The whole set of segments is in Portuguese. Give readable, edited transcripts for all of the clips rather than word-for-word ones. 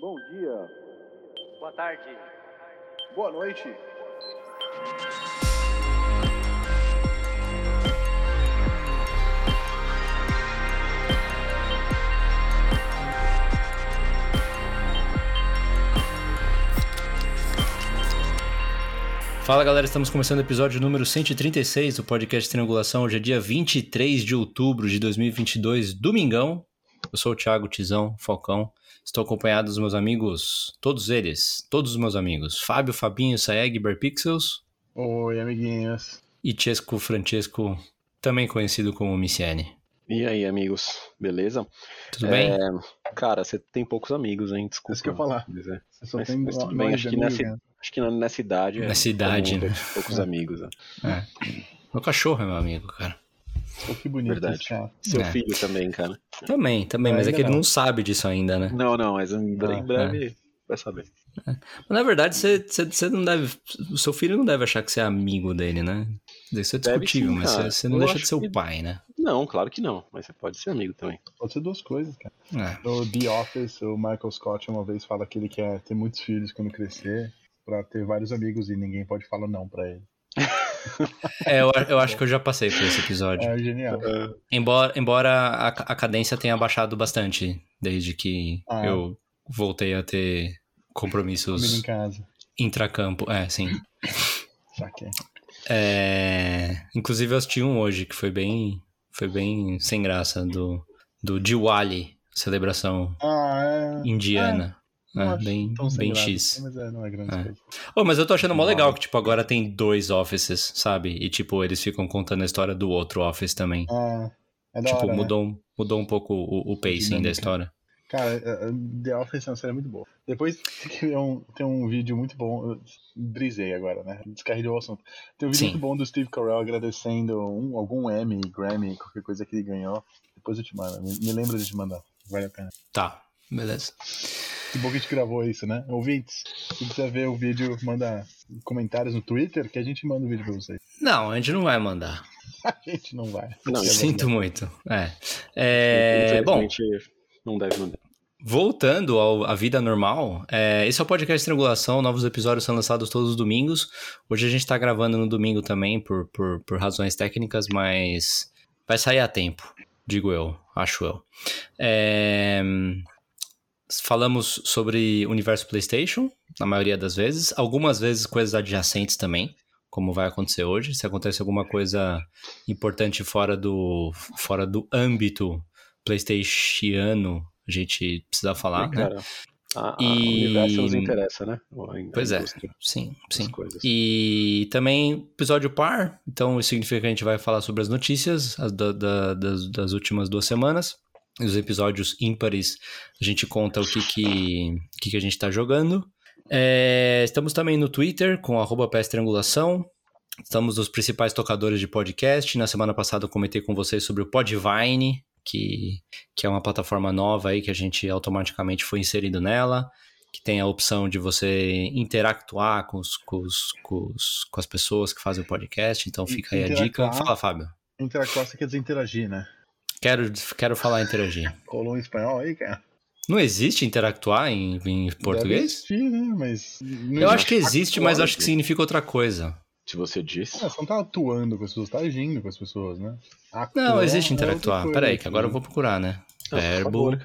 Bom dia. Boa tarde. Boa noite. Fala galera, estamos começando o episódio número 136 do podcast Triangulação. Hoje é dia 23 de outubro de 2022, domingão. Eu sou o Thiago Tizão Falcão. Estou acompanhado dos meus amigos, todos os meus amigos. Fábio, Fabinho, Saeg, Berpixels. Oi, amiguinhos. E Chesco Francesco, também conhecido como Miciene. E aí, amigos, beleza? Tudo bem? Cara, você tem poucos amigos, hein? Desculpa. Isso que eu ia falar. Dizer. Você só Mas tem tudo bem, acho que nessa idade. Nessa idade, né? Poucos amigos. Né? Meu cachorro é meu amigo, cara. Pô, que bonito. Verdade. Esse cara. Seu filho também, cara. Também, mas é que ele não sabe disso ainda, né? Não, mas em breve vai saber. Mas na verdade, você não deve. O seu filho não deve achar que você é amigo dele, né? Isso é discutível, sim, mas cara. você não Eu deixa de ser acho o pai, né? Não, claro que não. Mas você pode ser amigo também. Pode ser duas coisas, cara. É. No The Office, o Michael Scott uma vez fala que ele quer ter muitos filhos quando crescer, pra ter vários amigos e ninguém pode falar não pra ele. Eu acho que eu já passei por esse episódio. É genial. Embora a cadência tenha baixado bastante desde que eu voltei a ter Comida em compromissos casa. intracampo. Sim. Saquei. Inclusive eu assisti um hoje que foi bem sem graça, do Diwali, celebração indiana. Bem X. Mas não é grande coisa. Mas eu tô achando mó legal que, tipo, agora tem 2 offices, sabe? E, tipo, eles ficam contando a história do outro office também. É da Tipo, hora, mudou um pouco o pacing da história. Cara, The Office é uma série muito boa. Depois tem um vídeo muito bom. Eu brisei agora, né? Descarrilhou o assunto. Tem um vídeo muito bom do Steve Carell agradecendo algum Emmy, Grammy, qualquer coisa que ele ganhou. Depois eu te mando. Me lembra de te mandar. Vale a pena. Tá, beleza. Que bom que a gente gravou isso, né? Ouvintes, se quiser ver o vídeo, manda comentários no Twitter que a gente manda o vídeo pra vocês. Não, a gente não vai mandar. A gente não vai. Sinto muito. Bom, não deve mandar. Voltando à vida normal, esse é o podcast Triangulação, novos episódios são lançados todos os domingos. Hoje a gente tá gravando no domingo também por razões técnicas, mas vai sair a tempo, acho eu. Falamos sobre o universo PlayStation, na maioria das vezes, algumas vezes coisas adjacentes também, como vai acontecer hoje. Se acontece alguma coisa importante fora do âmbito PlayStationano, a gente precisa falar, né? Cara, o universo nos interessa, né? Pois é, sim. E também episódio par, então isso significa que a gente vai falar sobre as notícias das últimas 2 semanas. Os episódios ímpares, a gente conta o que a gente tá jogando. Estamos também no Twitter com @PSTriangulação. Estamos nos principais tocadores de podcast. Na semana passada eu comentei com vocês sobre o Podvine, que é uma plataforma nova aí que a gente automaticamente foi inserido nela, que tem a opção de você interactuar com as pessoas que fazem o podcast. Então fica aí a dica. Fala, Fábio. Interactuar, você quer dizer interagir, né? Quero falar interagir. Colou em espanhol aí, cara? Não existe interactuar em português? Deve existir, né? Mas eu acho que existe, mas acho que significa outra coisa. Se você disse. Você não tá atuando com as pessoas, tá agindo com as pessoas, né? Não, existe interactuar. Peraí, que agora eu vou procurar, né? Verbo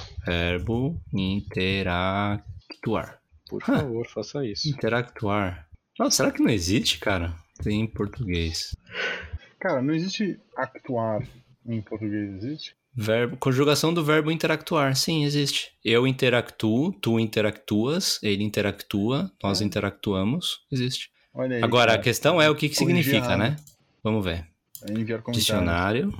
interactuar. Por favor, faça isso. Interactuar. Nossa, será que não existe, cara? Tem em português. Cara, não existe actuar em português, existe? Conjugação do verbo interactuar, sim, existe. Eu interactuo, tu interactuas, ele interactua, nós interactuamos, existe. Olha aí, agora, cara, a questão é o que significa, né? Vamos ver. Dicionário,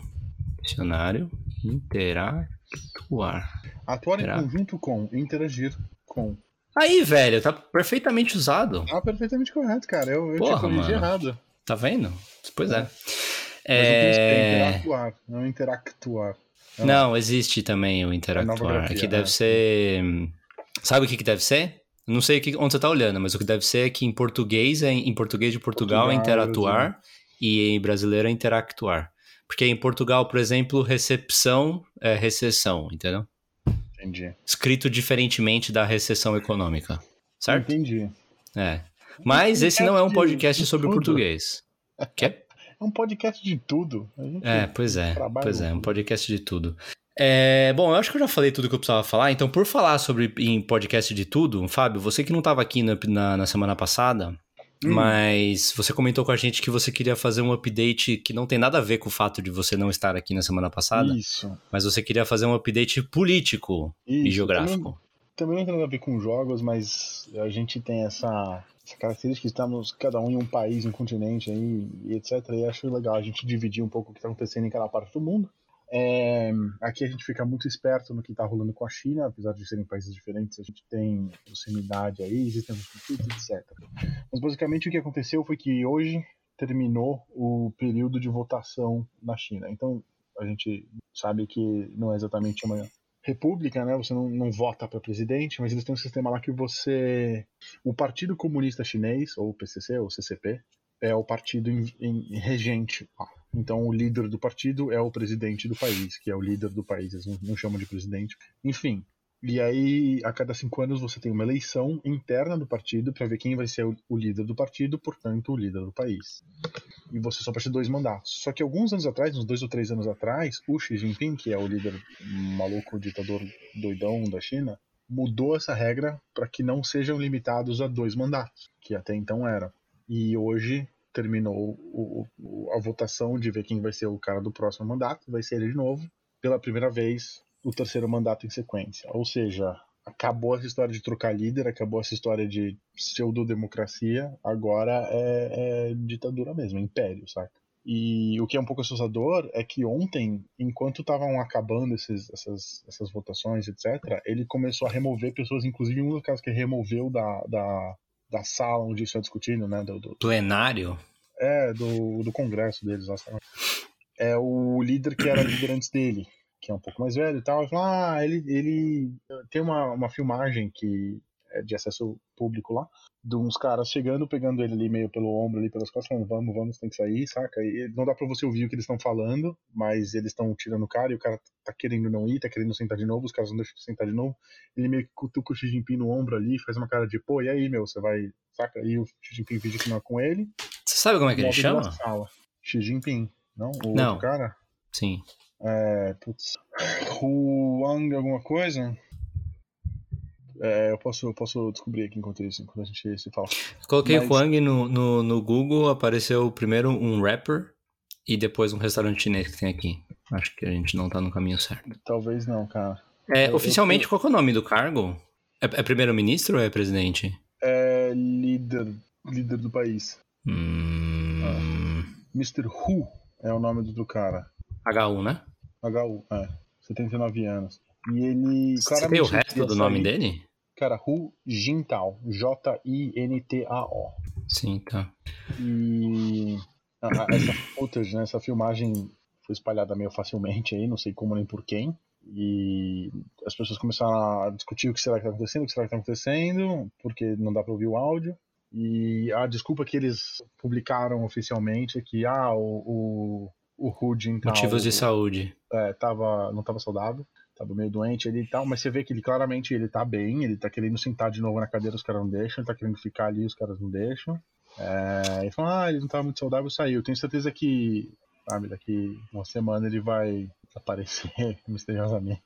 interactuar. Atuar em conjunto com, interagir com. Aí, velho, tá perfeitamente usado. Tá perfeitamente correto, cara. Eu Porra, te corrigi errado. Tá vendo? Pois é. Mas interactuar, não interactuar. Não, existe também o interactuar. Aqui deve ser... Sabe o que deve ser? Não sei onde você tá olhando, mas o que deve ser é que em português de Portugal é interatuar e em brasileiro é interactuar. Porque em Portugal, por exemplo, recepção é recessão, entendeu? Entendi. Escrito diferentemente da recessão econômica, certo? Entendi. Mas esse não é um podcast sobre o português. Quê? É um podcast de tudo. Pois é, um podcast de tudo. Bom, eu acho que eu já falei tudo que eu precisava falar, então por falar em podcast de tudo, Fábio, você que não estava aqui na semana passada, mas você comentou com a gente que você queria fazer um update que não tem nada a ver com o fato de você não estar aqui na semana passada. Isso. Mas você queria fazer um update político e geográfico. Também não tem nada a ver com jogos, mas a gente tem essa característica de estarmos cada um em um país, um continente aí, e etc. E acho legal a gente dividir um pouco o que está acontecendo em cada parte do mundo. Aqui a gente fica muito esperto no que está rolando com a China, apesar de serem países diferentes, a gente tem proximidade aí, existem os conflitos, etc. Mas basicamente o que aconteceu foi que hoje terminou o período de votação na China. Então a gente sabe que não é exatamente uma república, né? Você não vota para presidente, mas eles têm um sistema lá que o Partido Comunista Chinês, ou PCC, ou CCP, é o partido regente lá. Então o líder do partido é o presidente do país, que é o líder do país, eles não chamam de presidente. Enfim, e aí a cada 5 anos você tem uma eleição interna do partido para ver quem vai ser o líder do partido, portanto o líder do país. E você só pode ter 2 mandatos. Só que alguns anos atrás, uns 2 ou 3 anos atrás, o Xi Jinping, que é o líder maluco, ditador doidão da China, mudou essa regra para que não sejam limitados a 2 mandatos, que até então era. E hoje terminou a votação de ver quem vai ser o cara do próximo mandato, vai ser ele de novo, pela primeira vez, o 3º mandato em sequência. Ou seja, acabou essa história de trocar líder, acabou essa história de pseudo-democracia, agora é ditadura mesmo, é império, saca? E o que é um pouco assustador é que ontem, enquanto estavam acabando essas votações, etc., ele começou a remover pessoas, inclusive um dos casos que removeu da sala onde isso é discutido, né? Do plenário? Do congresso deles lá. É o líder que era líder antes dele, que é um pouco mais velho e tal. Ele tem uma filmagem que é de acesso público lá, de uns caras chegando, pegando ele ali meio pelo ombro, ali pelas costas, falando, vamos, tem que sair, saca? E não dá pra você ouvir o que eles estão falando, mas eles estão tirando o cara, e o cara tá querendo não ir, tá querendo sentar de novo, os caras não deixam de sentar de novo. Ele meio que cutuca o Xi Jinping no ombro ali, faz uma cara de, pô, e aí, meu, você vai, saca? E o Xi Jinping finge que não é com ele. Você sabe como é que ele chama? Xi Jinping, não? Não. Outro cara? Sim. Huang alguma coisa? Eu posso descobrir aqui enquanto a gente se fala. Coloquei Huang no Google, apareceu primeiro um rapper e depois um restaurante chinês que tem aqui. Acho que a gente não tá no caminho certo. Talvez não, cara. Oficialmente, qual é o nome do cargo? É primeiro-ministro ou é presidente? É líder do país. Mr. Hu é o nome do cara. HU, né? HU, 79 anos. E ele... Você tem o resto do nome dele? Cara, Hu Jintao. Jintao. Sim, tá. E essa footage, né, essa filmagem foi espalhada meio facilmente aí, não sei como nem por quem. E as pessoas começaram a discutir o que será que tá acontecendo, porque não dá pra ouvir o áudio. E a desculpa que eles publicaram oficialmente é que o Hu Jintao... Motivos de saúde. Não tava saudável. Tava meio doente ali e tal, mas você vê que ele claramente ele tá bem, ele tá querendo sentar de novo na cadeira, os caras não deixam, ele tá querendo ficar ali, os caras não deixam. Ele falou, ele não tava muito saudável, saiu. Tenho certeza que, sabe, daqui uma semana ele vai aparecer misteriosamente.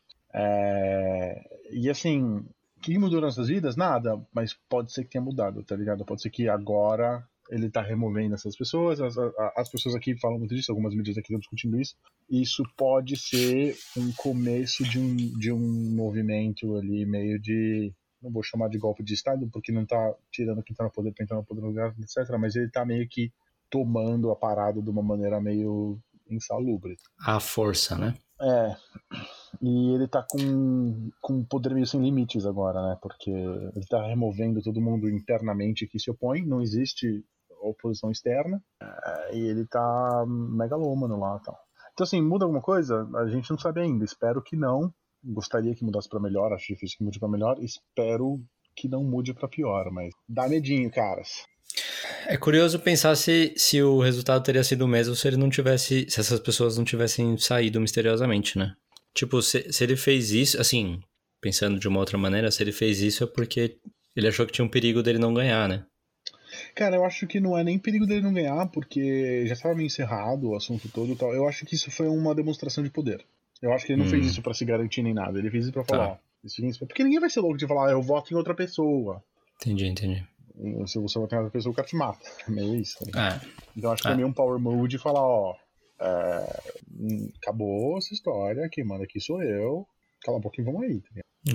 E assim, o que mudou nas nossas vidas? Nada, mas pode ser que tenha mudado, tá ligado? Pode ser que agora ele tá removendo essas pessoas, as pessoas aqui falam muito disso, algumas mídias aqui estão discutindo isso. Isso pode ser um começo de um movimento ali meio de, não vou chamar de golpe de Estado, porque não tá tirando quem tá no poder, quem tá no poder no lugar, etc. Mas ele tá meio que tomando a parada de uma maneira meio insalubre. À força, né? E ele tá com um poder meio sem limites agora, né? Porque ele tá removendo todo mundo internamente que se opõe, não existe oposição externa, e ele tá megalômano lá e tal. Então assim, muda alguma coisa? A gente não sabe ainda, espero que não. Gostaria que mudasse pra melhor, acho difícil que mude pra melhor, espero que não mude pra pior, mas dá medinho, caras. É curioso pensar se o resultado teria sido o mesmo se essas pessoas não tivessem saído misteriosamente, né? Tipo, se ele fez isso, assim, pensando de uma outra maneira, se ele fez isso é porque ele achou que tinha um perigo dele não ganhar, né? Cara, eu acho que não é nem perigo dele não ganhar, porque já estava meio encerrado o assunto todo e tal. Eu acho que isso foi uma demonstração de poder. Eu acho que ele não fez isso pra se garantir nem nada. Ele fez isso pra falar, ó, porque ninguém vai ser louco de falar, eu voto em outra pessoa. Entendi. Se você votar em outra pessoa, o cara te mata. É meio isso. Tá? Então acho que é meio um power move de falar, ó, acabou essa história, quem manda aqui sou eu. Cala um pouquinho, vamos aí.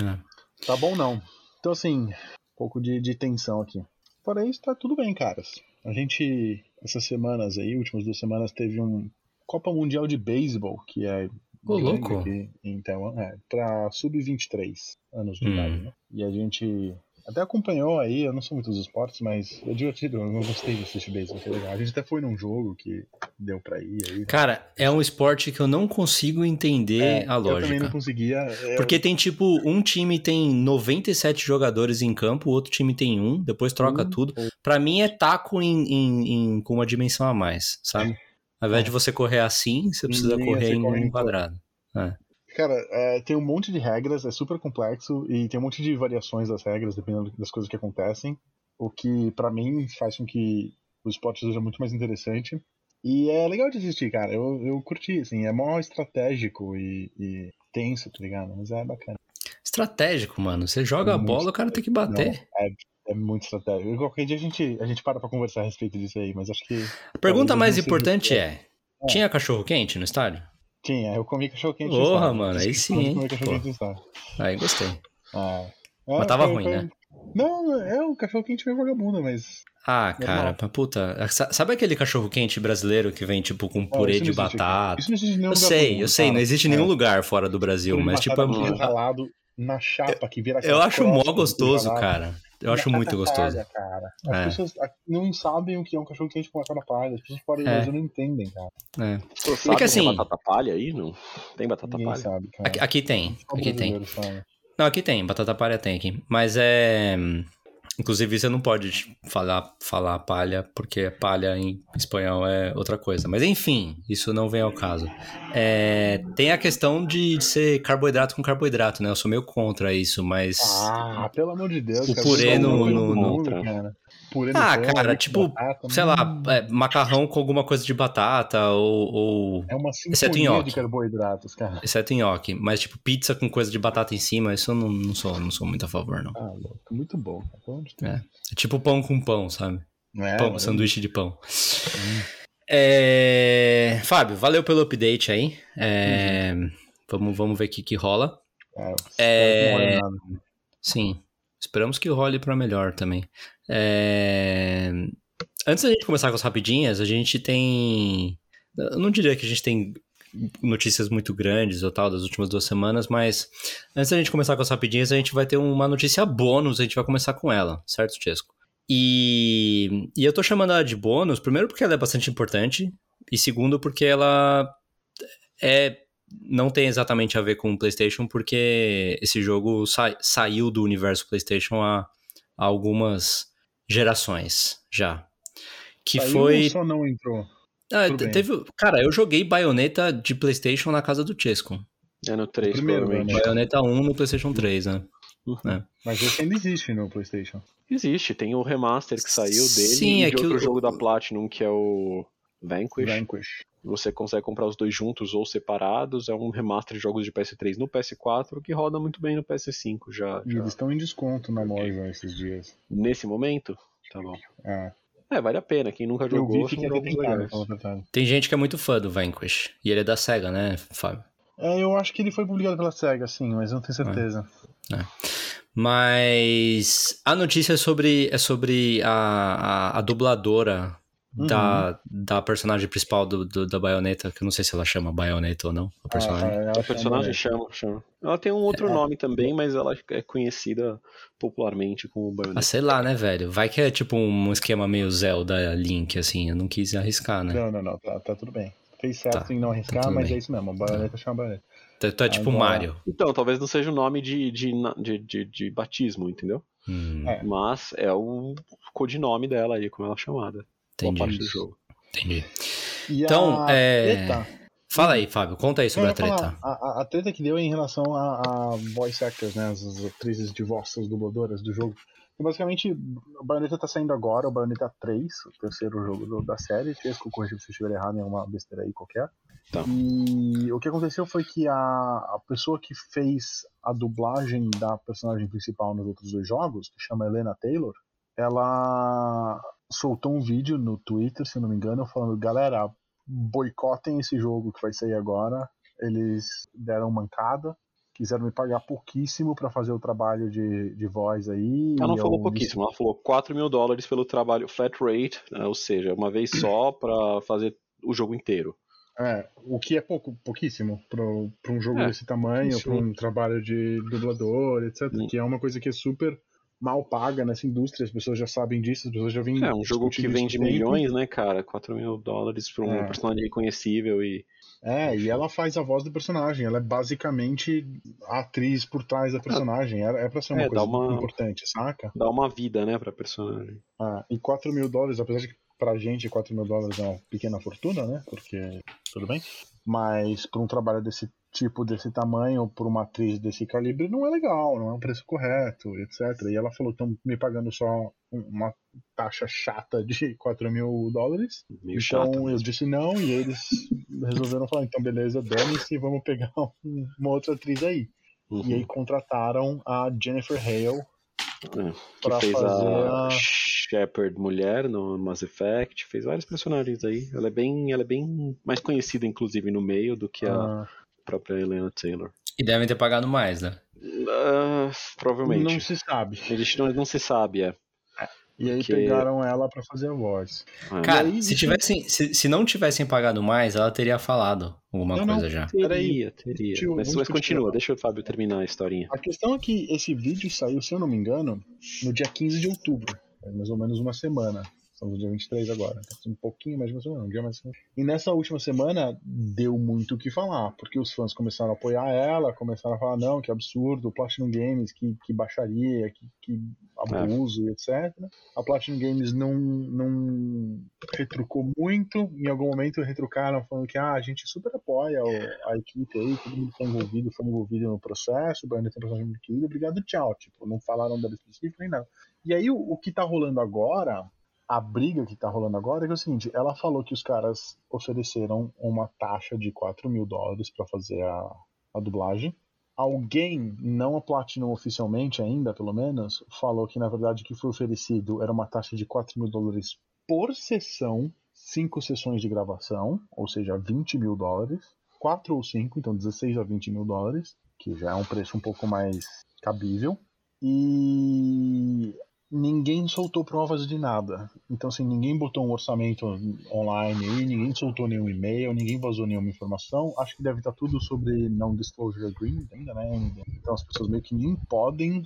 Tá bom, não. Então, assim, um pouco de tensão aqui. Fora isso, tá tudo bem, caras. A gente, essas semanas aí, últimas 2 semanas, teve um Copa Mundial de Beisebol, que é louco. aqui em Taiwan, pra sub-23 anos de idade, né? E a gente até acompanhou aí, eu não sou muito dos esportes, mas é divertido, eu não gostei de assistir beisebol, que é legal. A gente até foi num jogo que deu pra ir aí. Cara, é um esporte que eu não consigo entender a lógica. Eu também não conseguia. Porque tem tipo, um time tem 97 jogadores em campo, o outro time tem 1, depois troca tudo. Pra mim é taco com uma dimensão a mais, sabe? Ao invés de você correr assim, você precisa correr em um quadrado. Cara, tem um monte de regras, é super complexo e tem um monte de variações das regras, dependendo das coisas que acontecem, o que pra mim faz com que o esporte seja muito mais interessante. E é legal de assistir, cara, eu curti, assim, é mó estratégico e tenso, tá ligado? Mas é bacana. Estratégico, mano, você joga a bola, o cara tem que bater. Não, é muito estratégico. Qualquer dia a gente para pra conversar a respeito disso aí, mas acho que... A pergunta mais importante tinha cachorro-quente no estádio? Tinha, eu comi cachorro-quente. Porra, mano, aí sim. Aí gostei. Mas tava ruim, né? Não, o cachorro-quente meio vagabundo, mas... cara, puta. Sabe aquele cachorro-quente brasileiro que vem, tipo, com purê de batata? Isso não existe em nenhum lugar. Eu sei, não existe em nenhum lugar fora do Brasil, purê mas, tipo... ralado na chapa que vira... Eu acho mó gostoso, cara. Eu acho muito gostoso. Cara. As pessoas não sabem o que é um cachorro-quente com batata palha. As pessoas fora do Brasil não entendem, cara. Você sabe que assim... batata palha aí? Não tem batata palha? Sabe, cara. Aqui tem. Não, aqui tem. Batata palha tem aqui. Mas inclusive, você não pode falar palha, porque palha em espanhol é outra coisa. Mas enfim, isso não vem ao caso. Tem a questão de ser carboidrato com carboidrato, né? Eu sou meio contra isso, mas... pelo amor de Deus. O purê cara. Purê no pão, cara, tipo, batata, sei lá, macarrão com alguma coisa de batata ou... É uma sinfonia de carboidratos, cara. Exceto nhoque. Mas, tipo, pizza com coisa de batata em cima, isso eu não sou muito a favor, não. Louco. Muito bom. É tipo pão com pão, sabe? Sanduíche de pão. Fábio, valeu pelo update aí. Vamos ver o que rola. Sim, esperamos que role pra melhor também. Antes da gente começar com as rapidinhas, a gente tem... Eu não diria que a gente tem notícias muito grandes ou tal das últimas 2 semanas, mas antes da gente começar com as rapidinhas, a gente vai ter uma notícia bônus, a gente vai começar com ela, certo, Chesco? E eu tô chamando ela de bônus, primeiro porque ela é bastante importante, e segundo porque ela não tem exatamente a ver com o PlayStation, porque esse jogo saiu do universo PlayStation há algumas gerações já. Que saiu foi... ou só não entrou? Cara, eu joguei Bayonetta de PlayStation na casa do Chesco. No 3, provavelmente. Bayonetta 1 no PlayStation 3, né? Mas esse ainda existe no PlayStation. Existe, tem o remaster que saiu dele. Sim, e de outro jogo da Platinum, que é o Vanquish. Você consegue comprar os 2 juntos ou separados. É um remaster de jogos de PS3 no PS4 que roda muito bem no PS5 já. E eles estão em desconto na loja esses dias. Nesse momento? Tá bom. Vale a pena. Quem nunca jogou, são jogos legais. Tem gente que é muito fã do Vanquish. E ele é da SEGA, né, Fábio? Eu acho que ele foi publicado pela SEGA, sim, mas eu não tenho certeza. Mas a notícia é sobre a dubladora da personagem principal da Bayonetta, que eu não sei se ela chama Bayonetta ou não, a personagem. A personagem chama. Ela tem um outro nome também, mas ela é conhecida popularmente como Bayonetta. Sei lá, né, velho? Vai que é tipo um esquema meio Zelda Link, assim, eu não quis arriscar, né? Não, tá tudo bem. Fez certo em não arriscar, mas bem. É isso mesmo, a Bayonetta chama Bayonetta. Então é tipo Mario. Então, talvez não seja o nome de batismo, entendeu? Mas é o codinome dela aí, como ela é chamada. Entendi. Boa parte do jogo. Entendi. E então, Fala aí, Fábio, conta aí sobre a treta. A treta que deu é em relação a voice actors, né, as atrizes de voz, as dubladoras do jogo. E basicamente, o Bayonetta tá saindo agora, o Bayonetta 3, o terceiro jogo da série. Fez que eu corrigi se eu estiver errado em alguma besteira aí qualquer. Tá. E o que aconteceu foi que a pessoa que fez a dublagem da personagem principal nos outros dois jogos, que chama Helena Taylor, ela soltou um vídeo no Twitter, se não me engano, falando: galera, boicotem esse jogo que vai sair agora. Eles deram mancada, quiseram me pagar pouquíssimo pra fazer o trabalho de voz aí. Ela não falou pouquíssimo, ela falou $4.000 pelo trabalho flat rate, né, ou seja, uma vez só pra fazer o jogo inteiro. O que é pouquíssimo para um jogo desse tamanho, para um trabalho de dublador, etc. Que é uma coisa que é super mal paga nessa indústria, as pessoas já sabem disso, as pessoas já vêm. Um jogo que vende milhões, né, cara? $4.000 para um personagem reconhecível e. E ela faz a voz do personagem, ela é basicamente a atriz por trás da personagem. É pra ser uma coisa importante, saca? Dá uma vida, né, pra personagem. E $4.000, apesar de que pra gente $4.000 é uma pequena fortuna, né? Porque tudo bem. Mas pra um trabalho desse tipo, desse tamanho, por uma atriz desse calibre, não é legal, não é um preço correto, etc. E ela falou: estão me pagando só uma taxa chata de $4.000. Meio então chata eu disse não, e eles resolveram falar: então beleza, dane-se, vamos pegar uma outra atriz aí. E aí contrataram a Jennifer Hale, que fez a Shepard mulher no Mass Effect, fez vários personagens aí. Ela é bem mais conhecida, inclusive, no meio do que a própria Helena Taylor. E devem ter pagado mais, né? Provavelmente. Não se sabe. Não se sabe, E aí pegaram ela pra fazer a voz. Cara, aí, se não tivessem pagado mais, ela teria falado alguma coisa já. Teria. Mas continua, deixa o Fábio terminar a historinha. A questão é que esse vídeo saiu, se eu não me engano, no dia 15 de outubro. Mais ou menos uma semana. Estamos no dia 23 agora. Um pouquinho mais de uma semana, um dia mais. E nessa última semana deu muito o que falar, porque os fãs começaram a apoiar ela, começaram a falar: não, que absurdo, Platinum Games, que baixaria, que abuso, etc. A Platinum Games não retrucou muito. Em algum momento retrucaram falando que a gente super apoia a equipe aí, todo mundo foi envolvido no processo, o Bayonetta tem personagem muito querido, obrigado, tchau. Tipo, não falaram dela específica nem nada. E aí o que tá rolando agora, a briga que tá rolando agora é o seguinte: ela falou que os caras ofereceram uma taxa de $4.000 pra fazer a dublagem. Alguém, não a Platinum oficialmente ainda, pelo menos, falou que na verdade o que foi oferecido era uma taxa de $4.000 por sessão, 5 sessões de gravação, ou seja, $20.000, 4 ou 5, então 16 a $20.000, que já é um preço um pouco mais cabível. E ninguém soltou provas de nada. Então, assim, ninguém botou um orçamento online aí, ninguém soltou nenhum e-mail, ninguém vazou nenhuma informação. Acho que deve estar tudo sobre non-disclosure agreement ainda, né? Então as pessoas meio que nem podem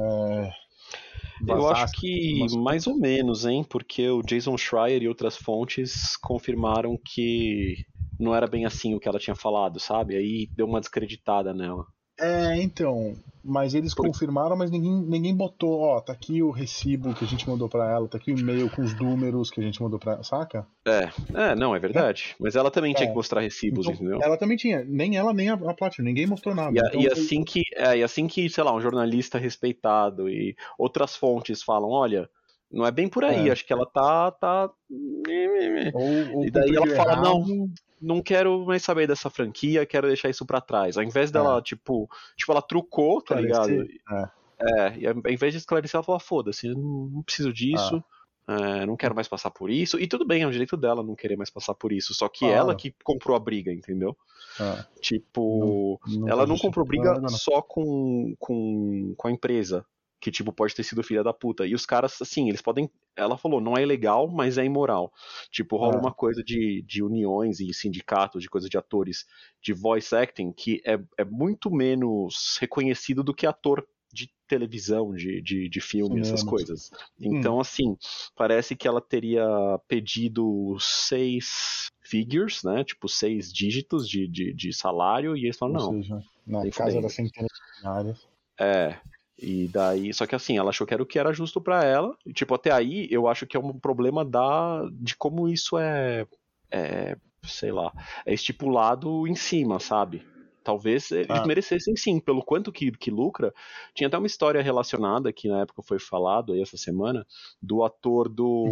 eu acho que mais ou menos, hein? Porque o Jason Schreier e outras fontes confirmaram que não era bem assim o que ela tinha falado, sabe? Aí deu uma descreditada nela. Então, mas eles confirmaram, mas ninguém botou, tá aqui o recibo que a gente mandou pra ela, tá aqui o e-mail com os números que a gente mandou pra ela, saca? Não, é verdade. Mas ela também tinha que mostrar recibos, então, entendeu? Ela também tinha, nem ela nem a Platinum, ninguém mostrou nada. E assim que, sei lá, um jornalista respeitado e outras fontes falam: olha, não é bem por aí, acho que ela tá... Ou e daí ela fala: não quero mais saber dessa franquia, quero deixar isso pra trás. Ao invés dela, tipo, ela trucou, tá ligado? E ao invés de esclarecer, ela falou: foda-se, não preciso disso, não quero mais passar por isso. E tudo bem, é o direito dela não querer mais passar por isso, só que ela que comprou a briga, entendeu? Tipo, ela não comprou briga só com a empresa, que, tipo, pode ter sido filha da puta. E os caras, assim, eles podem... Ela falou, não é ilegal, mas é imoral. Tipo, rola uma coisa de uniões e sindicatos, de coisa de atores de voice acting, que é muito menos reconhecido do que ator de televisão, de filme, essas coisas. Então, assim, parece que ela teria pedido 6 figures, né? Tipo, 6 dígitos de salário, e eles falaram, não. Seja, na casa da centena de áreas. E daí, só que assim, ela achou que era o que era justo pra ela. E, tipo, até aí, eu acho que é um problema de como isso é sei lá, é estipulado em cima, sabe? Talvez eles merecessem sim, pelo quanto que lucra. Tinha até uma história relacionada, que na época foi falado aí essa semana, do ator do...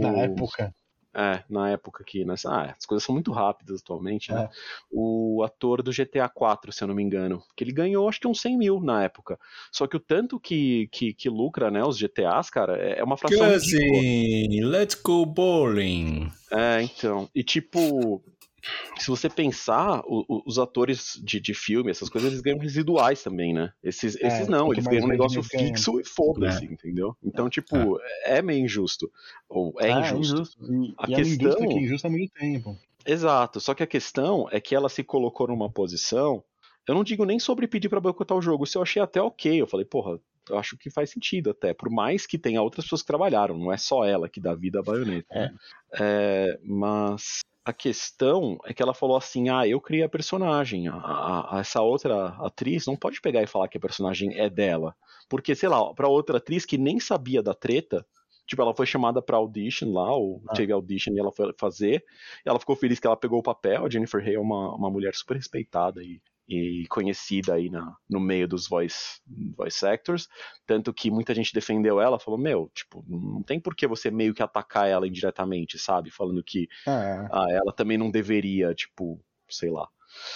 Na época aqui, né? As coisas são muito rápidas atualmente, né? O ator do GTA 4, se eu não me engano, que ele ganhou acho que uns 100 mil na época. Só que o tanto que lucra, né, os GTAs, cara, é uma fração ridícula. Let's go bowling. Então. E tipo... Se você pensar, os atores de filme, essas coisas, eles ganham residuais também, né? Esses não, eles ganham um negócio fixo e foda-se, entendeu? Então, tipo, é meio injusto. Ou é injusto. A questão é injusta há muito tempo. Exato, só que a questão é que ela se colocou numa posição, eu não digo nem sobre pedir pra boicotar o jogo, isso eu achei até ok, eu falei, porra, eu acho que faz sentido até, por mais que tenha outras pessoas que trabalharam, não é só ela que dá vida à Bayonetta. Mas... A questão é que ela falou assim, eu criei a personagem, essa outra atriz não pode pegar e falar que a personagem é dela, porque, sei lá, pra outra atriz que nem sabia da treta, tipo, ela foi chamada pra audition lá, ou teve audition e ela foi fazer, e ela ficou feliz que ela pegou o papel. A Jennifer Hale é uma mulher super respeitada e conhecida aí no meio dos voice actors, tanto que muita gente defendeu ela, falou, tipo, não tem por que você meio que atacar ela indiretamente, sabe, falando que ela também não deveria, tipo, sei lá.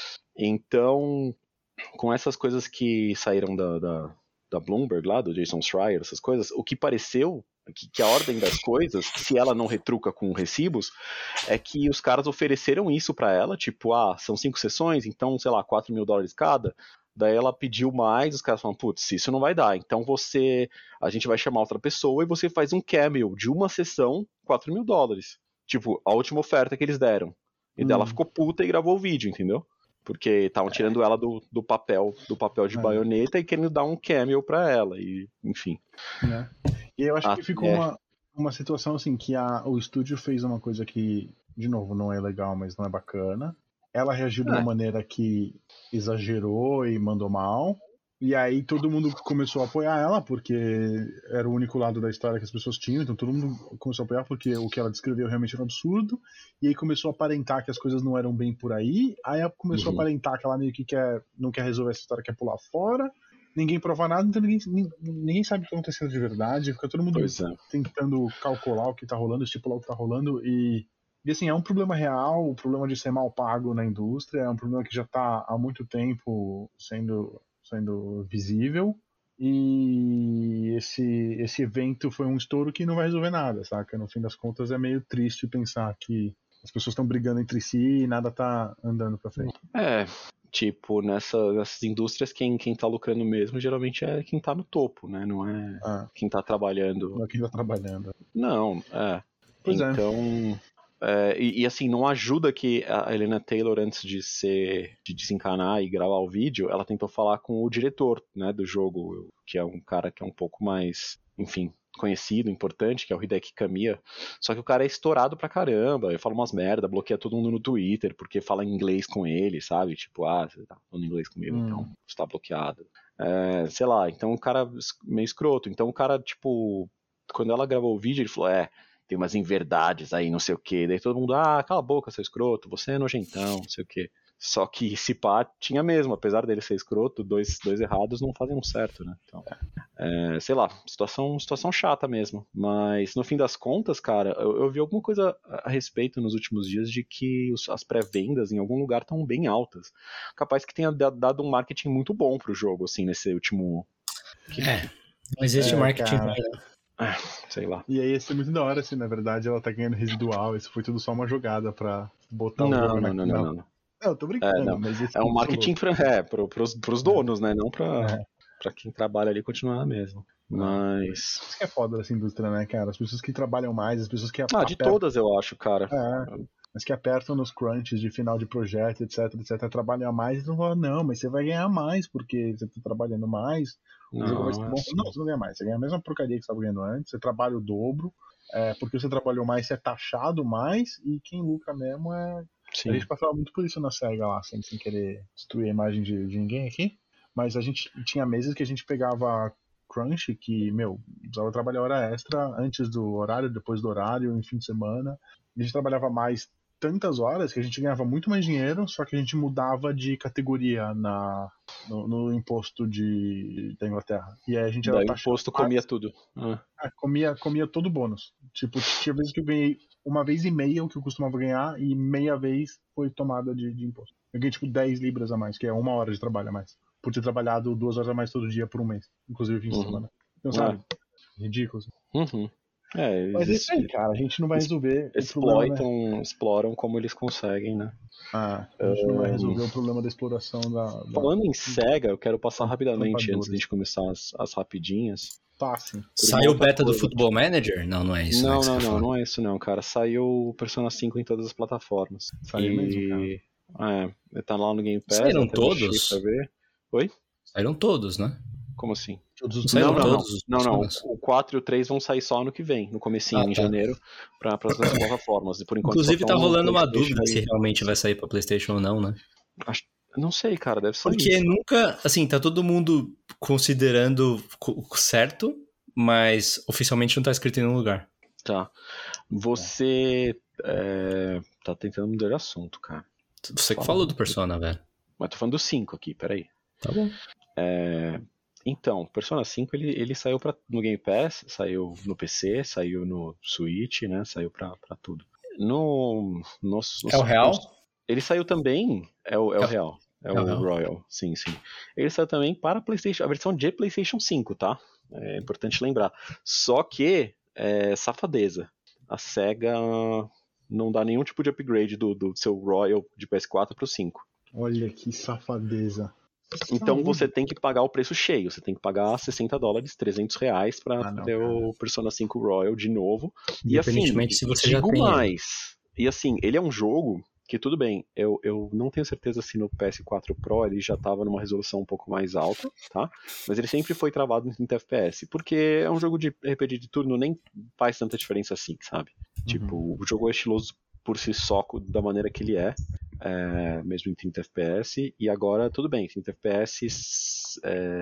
Então, com essas coisas que saíram da Bloomberg lá, do Jason Schreier, essas coisas, o que pareceu que a ordem das coisas, se ela não retruca com recibos, é que os caras ofereceram isso pra ela, tipo, são 5 sessões, então, sei lá, $4 mil cada. Daí ela pediu mais, os caras falaram, putz, isso não vai dar, então a gente vai chamar outra pessoa e você faz um cameo de uma sessão, $4 mil. Tipo, a última oferta que eles deram. E daí ela ficou puta e gravou o vídeo, entendeu? Porque estavam tirando ela do papel de Bayonetta e querendo dar um cameo pra ela, e enfim. E eu acho que ficou uma situação assim, que o estúdio fez uma coisa que, de novo, não é legal, mas não é bacana. Ela reagiu de uma maneira que exagerou e mandou mal. E aí todo mundo começou a apoiar ela, porque era o único lado da história que as pessoas tinham, então todo mundo começou a apoiar porque o que ela descreveu realmente era um absurdo. E aí começou a aparentar que as coisas não eram bem por aí. Aí ela começou a aparentar que ela meio que não quer resolver essa história, quer pular fora. Ninguém prova nada, então ninguém sabe o que está acontecendo de verdade. Fica todo mundo tentando calcular o que está rolando, estipular o que está rolando. E assim, é um problema real, o problema de ser mal pago na indústria, é um problema que já está há muito tempo sendo visível. E esse evento foi um estouro que não vai resolver nada, saca? No fim das contas é meio triste pensar que as pessoas estão brigando entre si e nada tá andando pra frente. Tipo, nessas indústrias, quem tá lucrando mesmo geralmente é quem tá no topo, né? Não é quem tá trabalhando. Não é quem tá trabalhando. Não, Pois então, e assim, não ajuda que a Helena Taylor, antes de desencanar e gravar o vídeo, ela tentou falar com o diretor, né, do jogo, que é um cara que é um pouco mais, enfim, conhecido, importante, que é o Hideki Kamiya, só que o cara é estourado pra caramba, ele fala umas merda, bloqueia todo mundo no Twitter, porque fala inglês com ele, sabe, tipo, você tá falando inglês comigo, então você tá bloqueado, sei lá, então o cara meio escroto, então o cara, tipo, quando ela gravou o vídeo, ele falou, tem umas inverdades aí, não sei o que, daí todo mundo, cala a boca, seu escroto, você é nojentão, não sei o que. Só que esse pá tinha mesmo, apesar dele ser escroto, dois errados não fazem um certo, né? Então, sei lá, situação chata mesmo. Mas no fim das contas, cara, eu vi alguma coisa a respeito nos últimos dias de que as pré-vendas em algum lugar estão bem altas. Capaz que tenha dado um marketing muito bom pro jogo, assim, nesse último... Não existe marketing ruim, sei lá. E aí ia ser muito da hora se, na verdade, ela tá ganhando residual. Isso foi tudo só uma jogada pra botar o jogo na... Não, eu tô brincando, mas esse é um marketing pros donos, né? Não pra quem trabalha ali continuar mesmo. Mas... Isso que é foda dessa indústria, né, cara? As pessoas que trabalham mais, as pessoas que apertam... de todas, eu acho, cara. Mas que apertam nos crunches de final de projeto, etc, trabalham a mais e não falam, não, mas você vai ganhar mais porque você tá trabalhando mais, o jogo vai ser bom. Não, você não ganha mais, você ganha a mesma porcaria que você tava ganhando antes, você trabalha o dobro, porque você trabalhou mais, você é taxado mais, e quem lucra mesmo é... Sim. A gente passava muito por isso na SEGA lá, sem querer destruir a imagem de ninguém aqui, mas a gente tinha meses que a gente pegava crunch, que, precisava trabalhar hora extra antes do horário, depois do horário, em fim de semana, e a gente trabalhava mais tantas horas que a gente ganhava muito mais dinheiro, só que a gente mudava de categoria no imposto da Inglaterra. E aí a gente era taxado. O imposto comia tudo. Comia todo o bônus. Tipo, tinha vezes que eu ganhei 1 vez e meia o que eu costumava ganhar, e meia vez foi tomada de imposto. Eu ganhei tipo 10 libras a mais, que é 1 hora de trabalho a mais. Por ter trabalhado 2 horas a mais todo dia por 1 mês. Inclusive fim de semana. Então, sabe? Ridículo. Mas isso aí, cara, a gente não vai resolver exploram como eles conseguem, né? A gente não vai resolver o problema da exploração Falando em SEGA, eu quero passar rapidamente antes de a gente começar as rapidinhas. Passe. Saiu o beta do Football Manager? Não é isso. Não é isso não, cara. Saiu o Persona 5 em todas as plataformas. Saiu mesmo, cara. Tá lá no Game Pass. Saíram todos? Pra ver. Oi? Saíram todos, né? Como assim? Não. O 4 e o 3 vão sair só ano que vem, no comecinho, em janeiro, para as outras plataformas. Por enquanto, inclusive tá rolando uma dúvida se realmente vai sair pra PlayStation ou não, né? Não sei, cara, deve sair. Porque nunca, assim, tá todo mundo considerando certo, mas oficialmente não tá escrito em nenhum lugar. Tá. Você tá tentando mudar de assunto, cara. Você que falou do Persona, velho. Mas tô falando do 5 aqui, peraí. Tá bom. Então, Persona 5 ele saiu no Game Pass, saiu no PC, saiu no Switch, né? Saiu pra tudo. No é o real? Ele saiu também. É o real. É o Royal. Sim. Ele saiu também para PlayStation, a versão de PlayStation 5, tá? É importante lembrar. Só que, safadeza. A SEGA não dá nenhum tipo de upgrade do seu Royal de PS4 pro 5. Olha que safadeza. Então você tem que pagar o preço cheio, você tem que pagar $60, R$300 pra ter o Persona 5 Royal de novo. E assim, se você já tem mais. E assim, ele é um jogo que tudo bem, eu não tenho certeza se no PS4 Pro ele já tava numa resolução um pouco mais alta, tá? Mas ele sempre foi travado em 30 FPS, porque é um jogo de RPG de turno, nem faz tanta diferença assim, sabe? Tipo, o jogo é estiloso por si só, da maneira que ele é. Mesmo em 30 FPS, e agora tudo bem, 30 FPS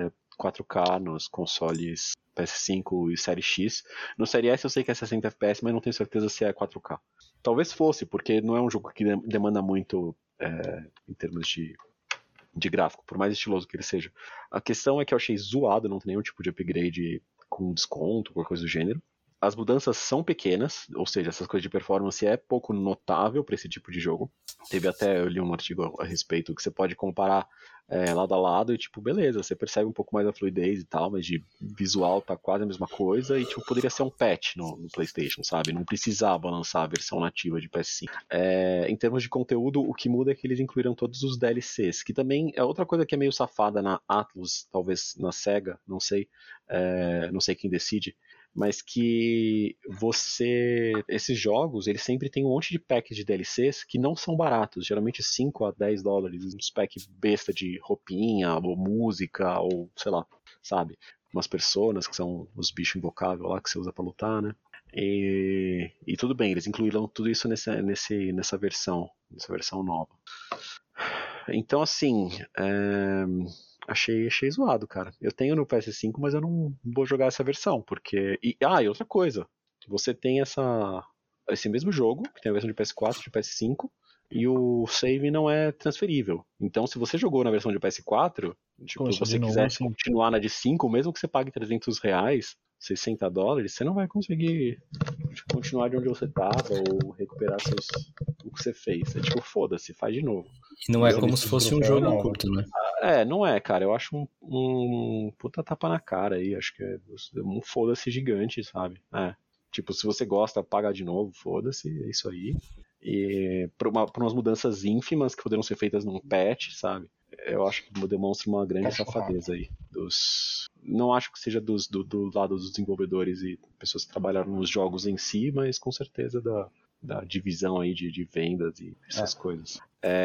4K nos consoles PS5 e Série X. No Série S eu sei que é 60 FPS, mas não tenho certeza se é 4K. Talvez fosse, porque não é um jogo que demanda muito em termos de gráfico, por mais estiloso que ele seja. A questão é que eu achei zoado não ter nenhum tipo de upgrade com desconto, qualquer coisa do gênero. As mudanças são pequenas, ou seja, essas coisas de performance é pouco notável para esse tipo de jogo. Eu li um artigo a respeito que você pode comparar lado a lado e tipo, beleza, você percebe um pouco mais a fluidez e tal, mas de visual tá quase a mesma coisa e tipo, poderia ser um patch no PlayStation, sabe? Não precisava lançar a versão nativa de PS5. Em termos de conteúdo, o que muda é que eles incluíram todos os DLCs, que também é outra coisa que é meio safada na Atlus, talvez na SEGA, não sei quem decide, mas que esses jogos, eles sempre tem um monte de packs de DLCs que não são baratos, geralmente $5 a $10, uns packs besta de roupinha, ou música, ou sei lá, sabe? Umas personas que são os bichos invocáveis lá que você usa pra lutar, né? E tudo bem, eles incluíram tudo isso nessa versão nova. Então, assim, achei zoado, cara. Eu tenho no PS5, mas eu não vou jogar essa versão, porque... E outra coisa, você tem esse mesmo jogo, que tem a versão de PS4, de PS5, e o save não é transferível. Então, se você jogou na versão de PS4, tipo, se você quiser continuar na de 5, mesmo que você pague $300, $60, você não vai conseguir continuar de onde você tava ou recuperar o que você fez. É tipo, foda-se, faz de novo. E não é como se fosse um jogo curto, né? Não é, cara. Eu acho um puta tapa na cara aí. Acho que é um foda-se gigante, sabe? Tipo, se você gosta, paga de novo, foda-se, é isso aí. E por umas mudanças ínfimas que poderiam ser feitas num patch, sabe? Eu acho que demonstra uma grande safadeza aí. Não acho que seja do lado dos desenvolvedores e pessoas que trabalharam nos jogos em si, mas com certeza da divisão aí de vendas e essas coisas.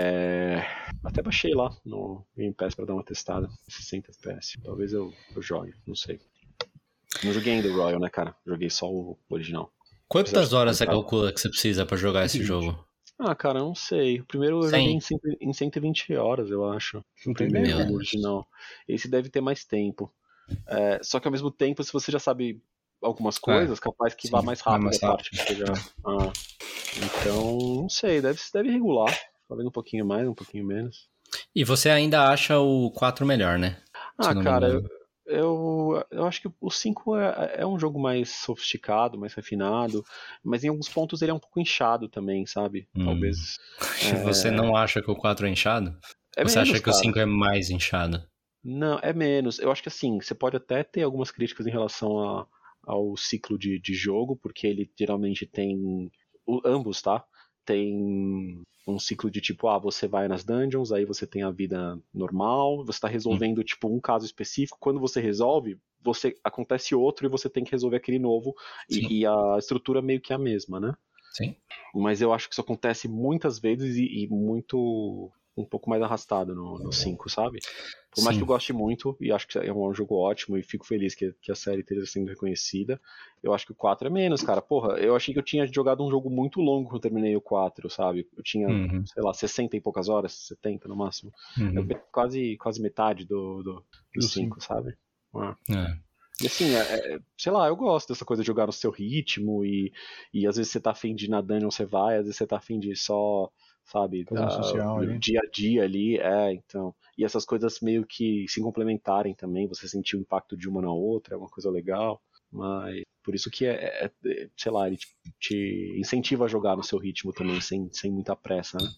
Até baixei lá no Game Pass pra dar uma testada, 60 FPS. Talvez eu jogue, não sei. Não joguei ainda o Royal, né, cara? Joguei só o original. Quantas horas você calcula que você precisa pra jogar esse jogo? Cara, não sei. O primeiro eu joguei em 120 horas, eu acho. O primeiro, o original. Esse deve ter mais tempo. Só que ao mesmo tempo, se você já sabe algumas coisas, capaz que vá mais rápido a parte que você já... Então, não sei, deve regular. Talvez um pouquinho mais, um pouquinho menos. E você ainda acha o 4 melhor, né? Cara, eu acho que o 5 é um jogo mais sofisticado, mais refinado, mas em alguns pontos ele é um pouco inchado também, sabe? Talvez. Você não acha que o 4 é inchado? Você acha que o 5 é mais inchado? Não, é menos. Eu acho que assim, você pode até ter algumas críticas em relação ao ciclo de jogo, porque ele geralmente tem. Ambos, tá? Tem um ciclo de tipo, você vai nas dungeons, aí você tem a vida normal, você tá resolvendo tipo um caso específico, quando você resolve, acontece outro e você tem que resolver aquele novo, e a estrutura meio que é a mesma, né? Sim. Mas eu acho que isso acontece muitas vezes e muito um pouco mais arrastado no 5, sabe? Por mais que eu goste muito, e acho que é um jogo ótimo, e fico feliz que a série esteja sendo reconhecida, eu acho que o 4 é menos, cara. Porra, eu achei que eu tinha jogado um jogo muito longo quando eu terminei o 4, sabe? Eu tinha, sei lá, 60 e poucas horas, 70 no máximo. Quase metade do 5, sabe? E assim, sei lá, eu gosto dessa coisa de jogar no seu ritmo, e às vezes você tá afim de ir na dungeon, você vai, às vezes você tá afim de só, sabe, social, dia a dia ali, então. E essas coisas meio que se complementarem também, você sentir o impacto de uma na outra, é uma coisa legal. Mas por isso que sei lá, ele te incentiva a jogar no seu ritmo também, sem muita pressa, né?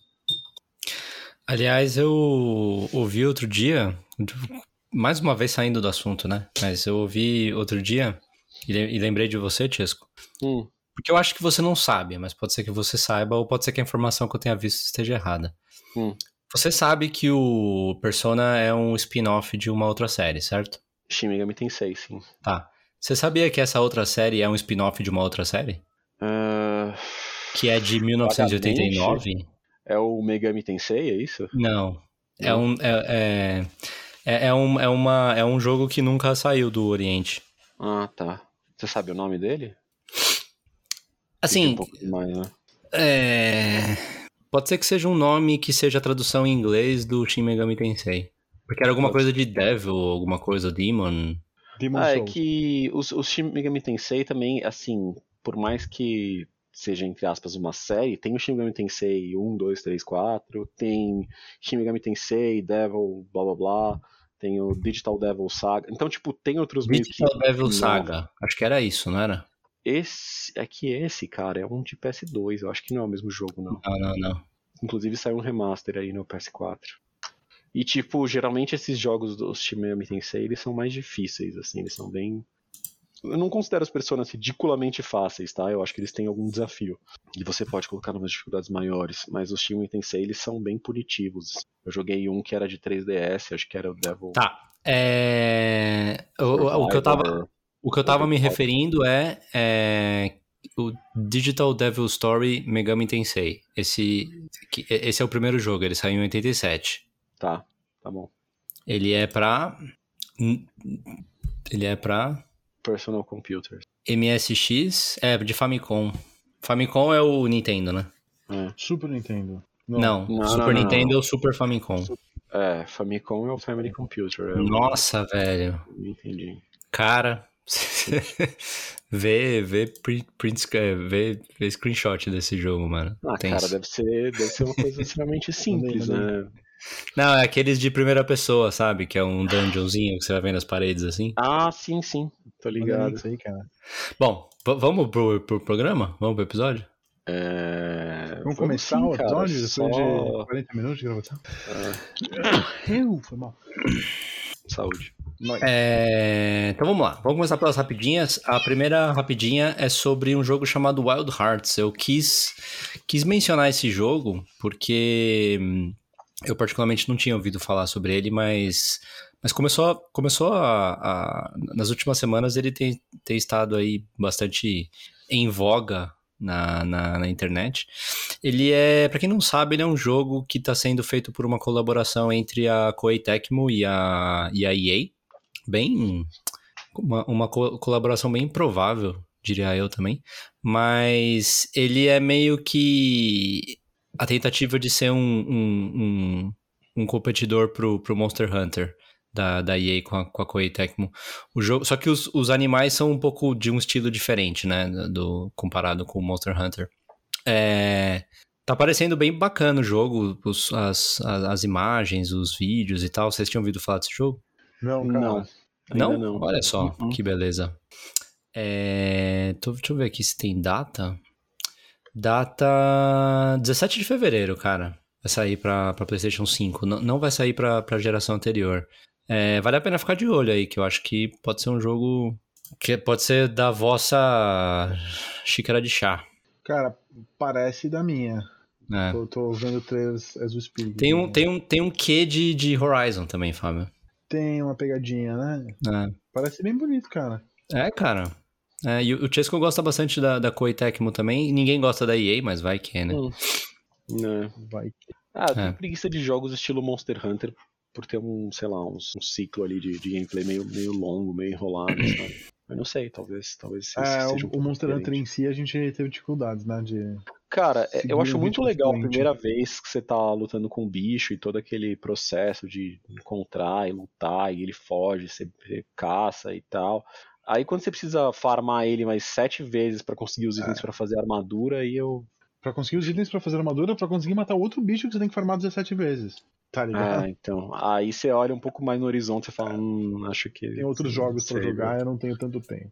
Aliás, eu ouvi outro dia, mais uma vez saindo do assunto, né? Mas eu ouvi outro dia e lembrei de você, Chesco. Porque eu acho que você não sabe, mas pode ser que você saiba, ou pode ser que a informação que eu tenha visto esteja errada. Você sabe que o Persona é um spin-off de uma outra série, certo? Shin Megami Tensei, sim. Tá. Você sabia que essa outra série é um spin-off de uma outra série? Que é de 1989? É o Megami Tensei, é isso? Não. É um jogo que nunca saiu do Oriente. Ah, tá. Você sabe o nome dele? Assim, um pouco demais, né? Pode ser que seja um nome que seja a tradução em inglês do Shin Megami Tensei. Porque era alguma coisa de Devil, alguma coisa Demon. É que os Shin Megami Tensei também, assim, por mais que seja, entre aspas, uma série, tem o Shin Megami Tensei 1, 2, 3, 4, tem Shin Megami Tensei, Devil, blá blá blá, tem o Digital Devil Saga. Então, tipo, tem outros meio que... Digital Devil Saga. Acho que era isso, não era? Esse, cara, é um de PS2. Eu acho que não é o mesmo jogo, não. Não. Inclusive saiu um remaster aí no PS4. E, tipo, geralmente esses jogos dos Shin Megami Tensei, eles são mais difíceis, assim, eles são bem... Eu não considero as personas ridiculamente fáceis, tá? Eu acho que eles têm algum desafio. E você pode colocar umas dificuldades maiores. Mas os Shin Megami Tensei, eles são bem punitivos. Eu joguei um que era de 3DS, acho que era o Devil... Tá. O que eu tava me referindo é o Digital Devil Story Megami Tensei. Esse é o primeiro jogo, ele saiu em 87. Tá bom. Ele é pra Personal Computers. MSX, de Famicom. Famicom é o Nintendo, né? Super Nintendo. Não, Super Nintendo é o Super Famicom. Famicom é o Family Computer. Nossa, velho. Não entendi. Cara, vê screenshot desse jogo, mano. Cara, deve ser uma coisa extremamente simples, né? Não, é aqueles de primeira pessoa, sabe? Que é um dungeonzinho que você vai vendo as paredes assim. Ah, sim. Tô ligado. Isso aí, cara. Bom, vamos pro programa? Vamos pro episódio? Vamos começar o episódio depois de 40 minutos de gravação? Foi mal. Saúde. Então vamos lá, vamos começar pelas rapidinhas. A primeira rapidinha é sobre um jogo chamado Wild Hearts. Eu quis mencionar esse jogo porque eu particularmente não tinha ouvido falar sobre ele, mas começou a nas últimas semanas ele tem estado aí bastante em voga na internet. Ele pra quem não sabe, ele é um jogo que está sendo feito por uma colaboração entre a Koei Tecmo e a EA. Uma colaboração bem improvável, diria eu também. Mas ele é meio que a tentativa de ser um competidor pro Monster Hunter da EA com a Koei Tecmo. O jogo, só que os animais são um pouco de um estilo diferente, né? Comparado com o Monster Hunter. Tá parecendo bem bacana o jogo, as imagens, os vídeos e tal. Vocês tinham ouvido falar desse jogo? Não, cara. Não. Ainda não. Olha só, que beleza. Deixa eu ver aqui se tem data. Data 17 de fevereiro, cara. Vai sair pra PlayStation 5. Não vai sair pra geração anterior. Vale a pena ficar de olho aí, que eu acho que pode ser um jogo que pode ser da vossa xícara de chá. Cara, parece da minha. Tô vendo trailers as we speak. Tem um quê de Horizon também, Fábio. Tem uma pegadinha, né? Parece bem bonito, cara. Cara. E o Chesco gosta bastante da Koei Tecmo também. Ninguém gosta da EA, mas vai que, né? Vai que. Tem preguiça de jogos estilo Monster Hunter por ter um ciclo ali de gameplay meio longo, meio enrolado, sabe? Mas não sei, talvez seja o Monster Hunter em si a gente teve dificuldades, né? Cara, eu acho muito legal a primeira vez que você tá lutando com um bicho e todo aquele processo de encontrar e lutar, e ele foge, você caça e tal. Aí quando você precisa farmar ele mais 7 vezes pra conseguir os itens pra fazer a armadura, aí eu... Pra conseguir os itens pra fazer a armadura, pra conseguir matar outro bicho que você tem que farmar 17 vezes. Tá ligado? Então. Aí você olha um pouco mais no horizonte e fala, acho que... Tem outros jogos pra jogar, eu não tenho tanto tempo.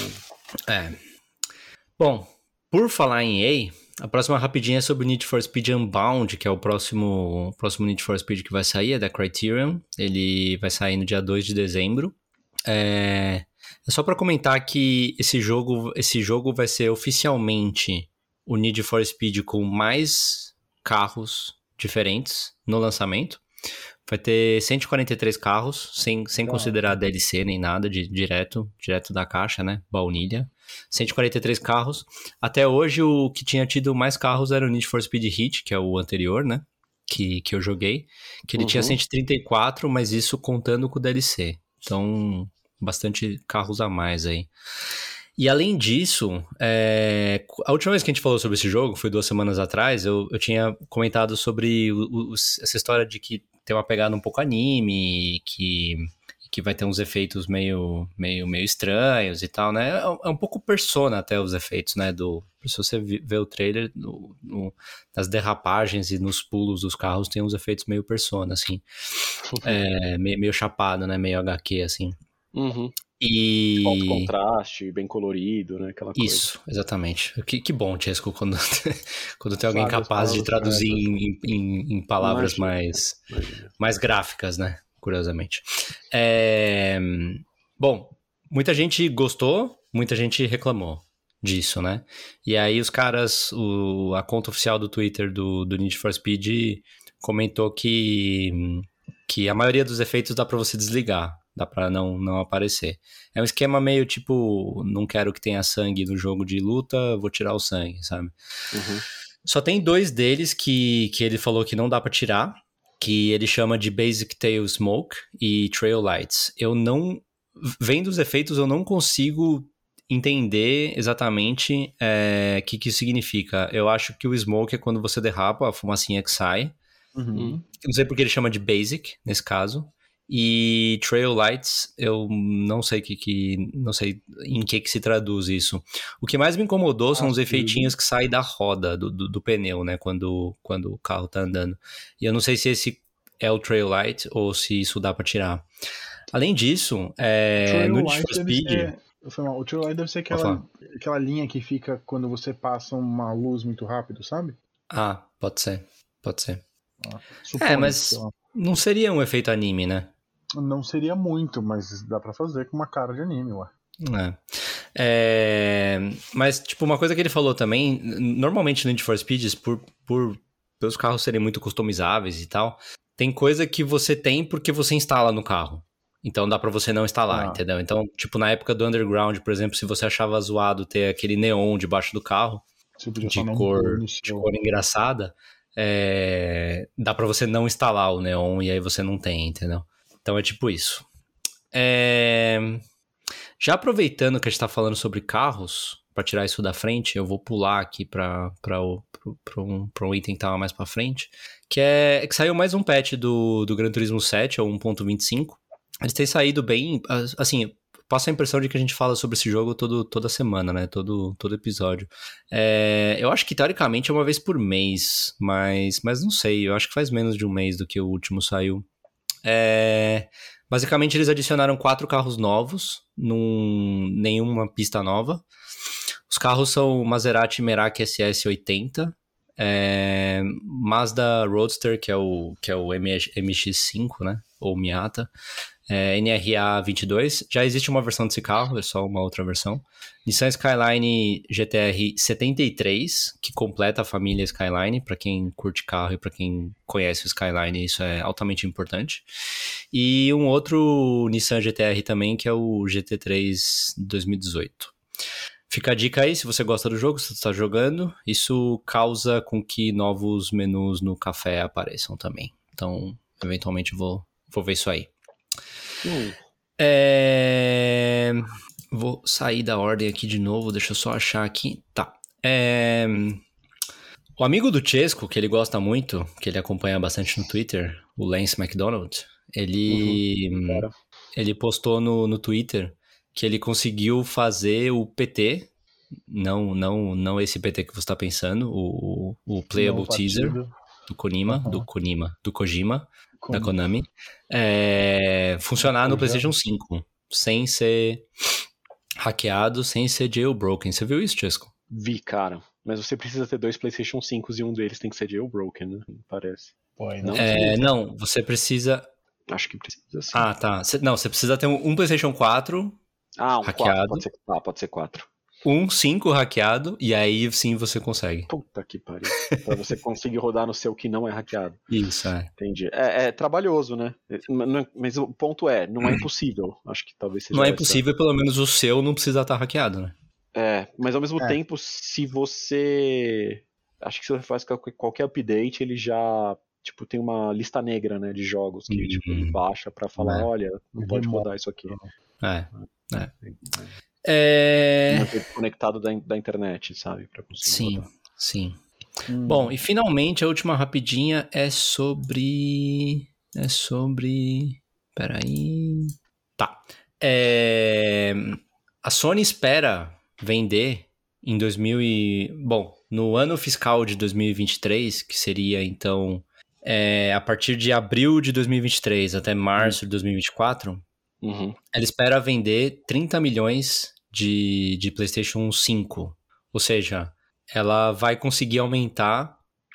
Bom, por falar em EA, a próxima rapidinha é sobre o Need for Speed Unbound, que é o próximo Need for Speed que vai sair, é da Criterion. Ele vai sair no dia 2 de dezembro. É só pra comentar que esse jogo vai ser oficialmente o Need for Speed com mais carros diferentes no lançamento. Vai ter 143 carros, sem considerar DLC nem nada, direto da caixa, né? Baunilha. 143 carros. Até hoje, o que tinha tido mais carros era o Need for Speed Heat, que é o anterior, né? Que eu joguei. Que ele tinha 134, mas isso contando com o DLC. Então, bastante carros a mais aí. E além disso, a última vez que a gente falou sobre esse jogo, foi 2 semanas atrás, eu tinha comentado sobre essa história de que tem uma pegada um pouco anime, que vai ter uns efeitos meio estranhos e tal, né? É um pouco Persona até os efeitos, né? Se você ver o trailer, nas derrapagens e nos pulos dos carros tem uns efeitos meio Persona, assim. Meio chapado, né? Meio HQ, assim. E... alto contraste, bem colorido, né? Aquela coisa. Isso, exatamente. Que bom, Chesco, quando tem alguém capaz de traduzir em palavras mais gráficas, né? Curiosamente. Bom, muita gente gostou, muita gente reclamou disso, né? E aí os caras, a conta oficial do Twitter do Need for Speed comentou que a maioria dos efeitos dá pra você desligar. Dá pra não aparecer. É um esquema meio tipo, não quero que tenha sangue no jogo de luta, vou tirar o sangue, sabe? Só tem 2 deles que ele falou que não dá pra tirar, que ele chama de Basic Tail Smoke e Trail Lights. Vendo os efeitos, eu não consigo entender exatamente o que isso significa. Eu acho que o Smoke é quando você derrapa a fumacinha que sai. Não sei porque ele chama de Basic, nesse caso. E Trail Lights, eu não sei não sei em que se traduz isso. O que mais me incomodou são os efeitinhos que saem da roda, do pneu, né? Quando o carro tá andando. E eu não sei se esse é o Trail Light ou se isso dá pra tirar. Além disso, no Need for Speed... O Trail Light deve ser aquela linha que fica quando você passa uma luz muito rápido, sabe? Pode ser. Mas não seria um efeito anime, né? Não seria muito, mas dá pra fazer com uma cara de anime, ué. Mas, tipo, uma coisa que ele falou também, normalmente no Need for Speed, pelos carros serem muito customizáveis e tal, tem coisa que você tem porque você instala no carro. Então dá pra você não instalar, entendeu? Então, tipo, na época do Underground, por exemplo, se você achava zoado ter aquele neon debaixo do carro, de cor engraçada, dá pra você não instalar o neon e aí você não tem, entendeu? Então é tipo isso. Já aproveitando que a gente tá falando sobre carros, pra tirar isso da frente, eu vou pular aqui pra um item que tava mais pra frente, que saiu mais um patch do Gran Turismo 7, ou 1.25. Eles têm saído bem, assim, passa a impressão de que a gente fala sobre esse jogo toda semana, né? Todo episódio. Eu acho que, teoricamente, é uma vez por mês, mas não sei. Eu acho que faz menos de um mês do que o último saiu. Basicamente, eles adicionaram 4 carros novos, nenhuma pista nova. Os carros são Maserati Merak SS80, Mazda Roadster, que é o MX-5, né? Ou Miata, NRA 22. Já existe uma versão desse carro, é só uma outra versão. Nissan Skyline GTR 73, que completa a família Skyline, para quem curte carro e para quem conhece o Skyline, isso é altamente importante. E um outro Nissan GTR também, que é o GT3 2018. Fica a dica aí, se você gosta do jogo, se você está jogando, isso causa com que novos menus no café apareçam também. Então, eventualmente vou ver isso aí. Vou sair da ordem aqui de novo, deixa eu só achar aqui. Tá. O amigo do Chesco, que ele gosta muito, que ele acompanha bastante no Twitter, o Lance McDonald, ele postou no Twitter que ele conseguiu fazer o PT, não esse PT que você está pensando, o Playable Teaser do Kojima, da Konami, funcionar no PlayStation 5, sem ser hackeado, sem ser jailbroken. Você viu isso, Chesco? Vi, cara. Mas você precisa ter 2 PlayStation 5 e um deles tem que ser jailbroken, né? Parece. Não, você precisa... Acho que precisa, sim. Ah, tá. Você precisa ter um PlayStation 4 hackeado. 4, pode ser 4. Um 5 hackeado, e aí sim você consegue. Puta que pariu. Pra você conseguir rodar no seu que não é hackeado. Isso, Entendi. É trabalhoso, né? Mas o ponto não é impossível. Acho que talvez seja. Não é impossível, pelo menos o seu não precisa estar hackeado, né? Mas ao mesmo tempo, se você... Acho que se você faz qualquer update, ele já... Tipo, tem uma lista negra, né, de jogos que ele baixa pra falar, olha, não pode rodar isso aqui. Manter conectado da internet, sabe? Pra conseguir rodar. Sim. Bom, e finalmente a última rapidinha é sobre... Peraí... Tá. A Sony espera vender em no ano fiscal de 2023, que seria, então, a partir de abril de 2023 até março de 2024, ela espera vender 30 milhões de PlayStation 5. Ou seja, ela vai conseguir aumentar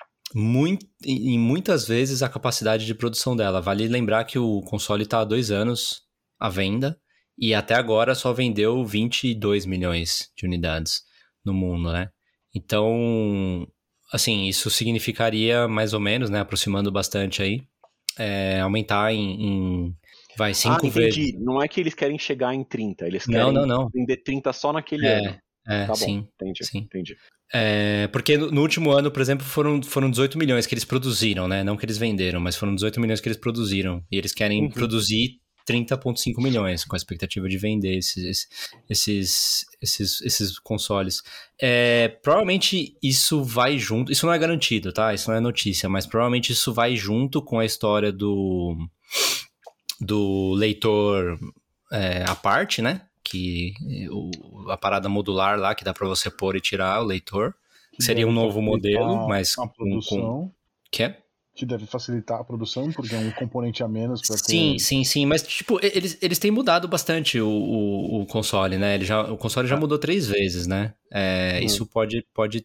muitas vezes a capacidade de produção dela. Vale lembrar que o console está há 2 anos à venda e até agora só vendeu 22 milhões de unidades no mundo, né? Então, assim, isso significaria mais ou menos, né, aproximando bastante aí, aumentar em 5 vezes. Entendi. Não é que eles querem chegar em 30, eles querem vender 30 só naquele ano. Tá bom, sim, entendi. Porque no último ano, por exemplo, foram 18 milhões que eles produziram, né? Não que eles venderam, mas foram 18 milhões que eles produziram. E eles querem produzir 30,5 milhões, com a expectativa de vender esses consoles. Provavelmente isso vai junto, isso não é garantido, tá? Isso não é notícia, mas provavelmente isso vai junto com a história do leitor à parte, né? Que a parada modular lá, que dá pra você pôr e tirar o leitor. Que seria um novo modelo, mas a produção. Que deve facilitar a produção, porque é um componente a menos para ter... Sim, mas tipo, eles têm mudado bastante o console, né? O console já mudou 3 vezes, né? Isso pode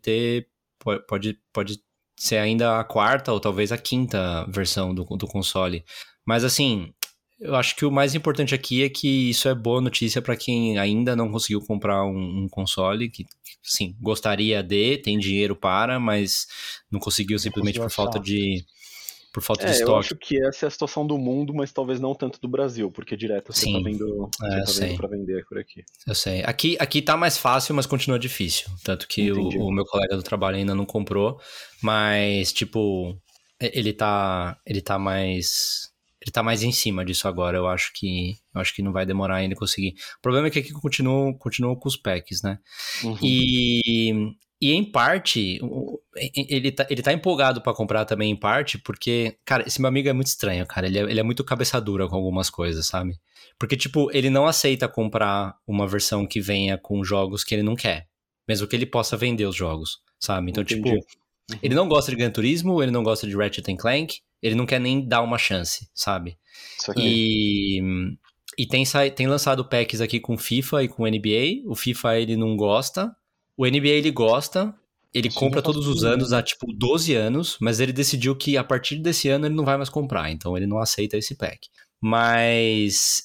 ser ainda a 4ª ou talvez a 5ª versão do console. Mas assim, eu acho que o mais importante aqui é que isso é boa notícia para quem ainda não conseguiu comprar um console, que sim, gostaria tem dinheiro mas não conseguiu simplesmente por falta de estoque. Eu acho que essa é a situação do mundo, mas talvez não tanto do Brasil, porque direto você tá vendo pra vender por aqui. Eu sei. Aqui tá mais fácil, mas continua difícil. Tanto que o meu colega do trabalho ainda não comprou, mas, tipo, ele tá mais em cima disso agora. Eu acho que não vai demorar ainda conseguir. O problema é que aqui continua com os packs, né? E em parte, ele tá empolgado pra comprar também em parte, porque, cara, esse meu amigo é muito estranho, cara. Ele é muito cabeça dura com algumas coisas, sabe? Porque, tipo, ele não aceita comprar uma versão que venha com jogos que ele não quer. Mesmo que ele possa vender os jogos, sabe? Então, Entendi. tipo, ele não gosta de Gran Turismo, ele não gosta de Ratchet & Clank, ele não quer nem dar uma chance, sabe? Isso aqui. E tem lançado packs aqui com FIFA e com NBA. O FIFA ele não gosta. O NBA ele gosta. Ele compra todos os anos há tipo 12 anos, mas ele decidiu que a partir desse ano ele não vai mais comprar. Então ele não aceita esse pack. Mas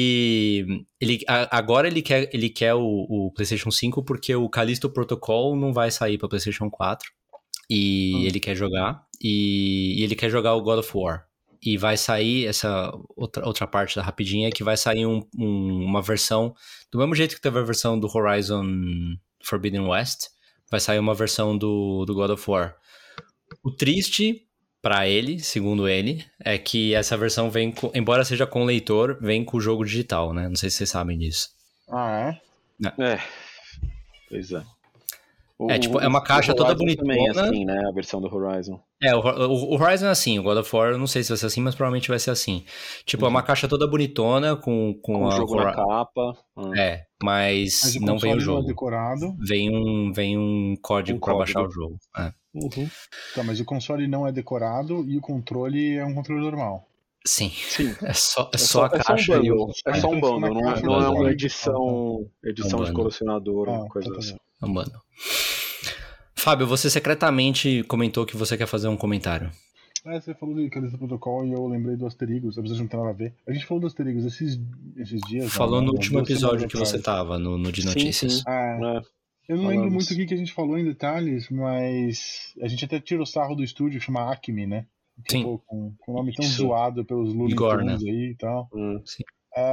agora ele quer o PlayStation 5 porque o Callisto Protocol não vai sair para PlayStation 4. E ele quer jogar. E ele quer jogar o God of War. E vai sair essa outra parte da rapidinha, que vai sair uma versão, do mesmo jeito que teve a versão do Horizon Forbidden West, vai sair uma versão do God of War. O triste pra ele, segundo ele, é que essa versão vem, embora seja com leitor, vem com o jogo digital, né? Não sei se vocês sabem disso. Ah, é? Pois é. É uma caixa toda bonitona. Também é assim, né? A versão do Horizon. O Horizon é assim, o God of War eu não sei se vai ser assim, mas provavelmente vai ser assim. Tipo, é uma caixa toda bonitona com o jogo na capa. Mas não vem o jogo. Não é decorado. Vem um código pra baixar o jogo. Tá, mas o console não é decorado e o controle é um controle normal. Sim. É só a caixa. É só um bundle, não é uma edição de colecionador, coisa assim. É um bundle. Fábio, você secretamente comentou que você quer fazer um comentário. Você falou de Callisto Protocol e eu lembrei do Asterigos, apesar de não ter nada a ver. A gente falou do Asterigos esses dias. Falou no último episódio que você tava, no de notícias. Sim. Eu não lembro muito o que a gente falou em detalhes, mas a gente até tirou sarro do estúdio, chama Acme, né? Tipo, com um nome tão zoado pelos Looney Tunes aí e tal. Sim.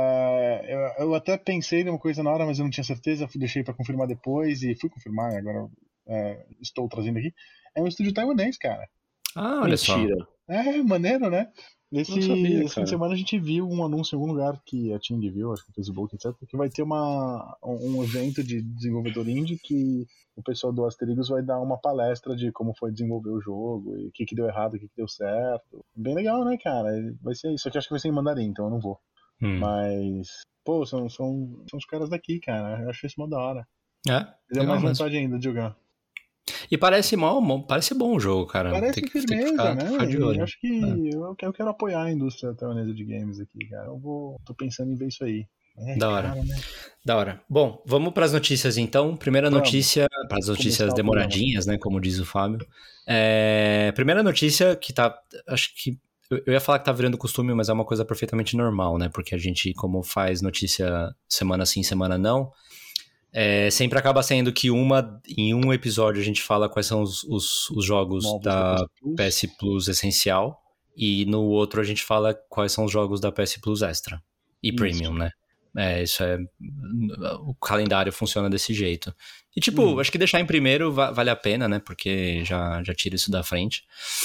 Eu até pensei numa coisa na hora, mas eu não tinha certeza, deixei pra confirmar depois e fui confirmar, e agora estou trazendo aqui. É um estúdio taiwanês, cara. Ah, olha só. Maneiro, né? Esse fim de cara. semana a gente viu um anúncio em algum lugar que a Ting viu, acho que no Facebook, etc., que vai ter um evento de desenvolvedor indie que o pessoal do Asterigos vai dar uma palestra de como foi desenvolver o jogo e o que deu errado, o que deu certo. Bem legal, né, cara? Vai ser isso. Só que acho que vai ser em mandarim, então eu não vou. Mas, pô, são os caras daqui, cara. Eu achei isso mó da hora. Deu mais vontade ainda de jogar. E parece bom o jogo, cara. Parece firmeza, né? Ficar de olho. Eu acho que eu quero apoiar a indústria taiwanesa de games aqui, cara. Tô pensando em ver isso aí. Da hora. Cara, né? Da hora. Bom, vamos para as notícias então. Primeira notícia, para as notícias demoradinhas, né? Como diz o Fábio. Primeira notícia que tá. Acho que. Eu ia falar que tá virando costume, mas é uma coisa perfeitamente normal, né? Porque a gente, como faz notícia semana sim, semana não, sempre acaba sendo que em um episódio a gente fala quais são os jogos novos da PS Plus Essencial, e no outro a gente fala quais são os jogos da PS Plus Extra e Premium, né? O calendário funciona desse jeito. E tipo, acho que deixar em primeiro vale a pena, né? Porque já tira isso da frente.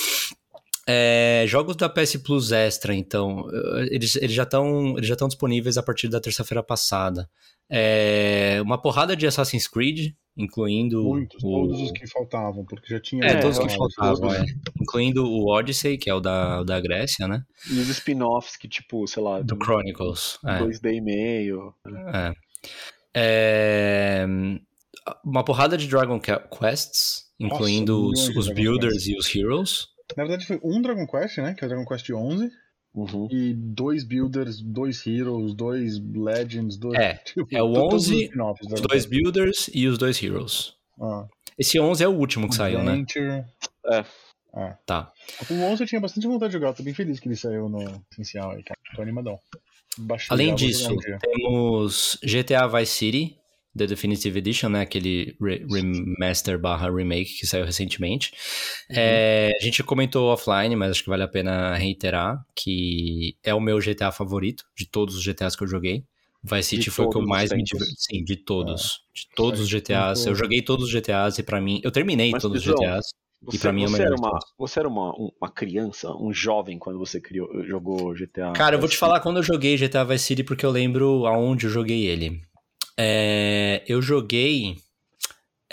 Jogos da PS Plus Extra, então, eles já estão disponíveis a partir da terça-feira passada. Uma porrada de Assassin's Creed, incluindo... todos os que faltavam, porque já tinha... todos os que faltavam, incluindo o Odyssey, que é o da Grécia, né? E os spin-offs que, tipo, sei lá... Do Chronicles. 2D e meio. Uma porrada de Dragon Quests, incluindo os Builders e os Heroes. Na verdade foi um Dragon Quest, né? Que é o Dragon Quest 11. E 2 Builders, 2 Heroes, 2 Legends, 2... o 11, os 2 Builders e os 2 Heroes. Esse 11 é o último que saiu, né? Tá. O 11 eu tinha bastante vontade de jogar, eu tô bem feliz que ele saiu no essencial aí, cara. Tô animadão. Além disso, temos GTA Vice City, The Definitive Edition, né? Aquele remaster / remake que saiu recentemente. A gente comentou offline, mas acho que vale a pena reiterar que é o meu GTA favorito de todos os GTAs que eu joguei. Vice City foi o que eu mais me diverti. Sim, de todos. De todos os GTAs. Eu joguei todos os GTAs e pra mim... Eu terminei todos os GTAs. E pra mim é o melhor. Você era uma criança, um jovem quando você jogou GTA? Cara, eu vou te falar quando eu joguei GTA Vice City porque eu lembro aonde eu joguei ele. Eu joguei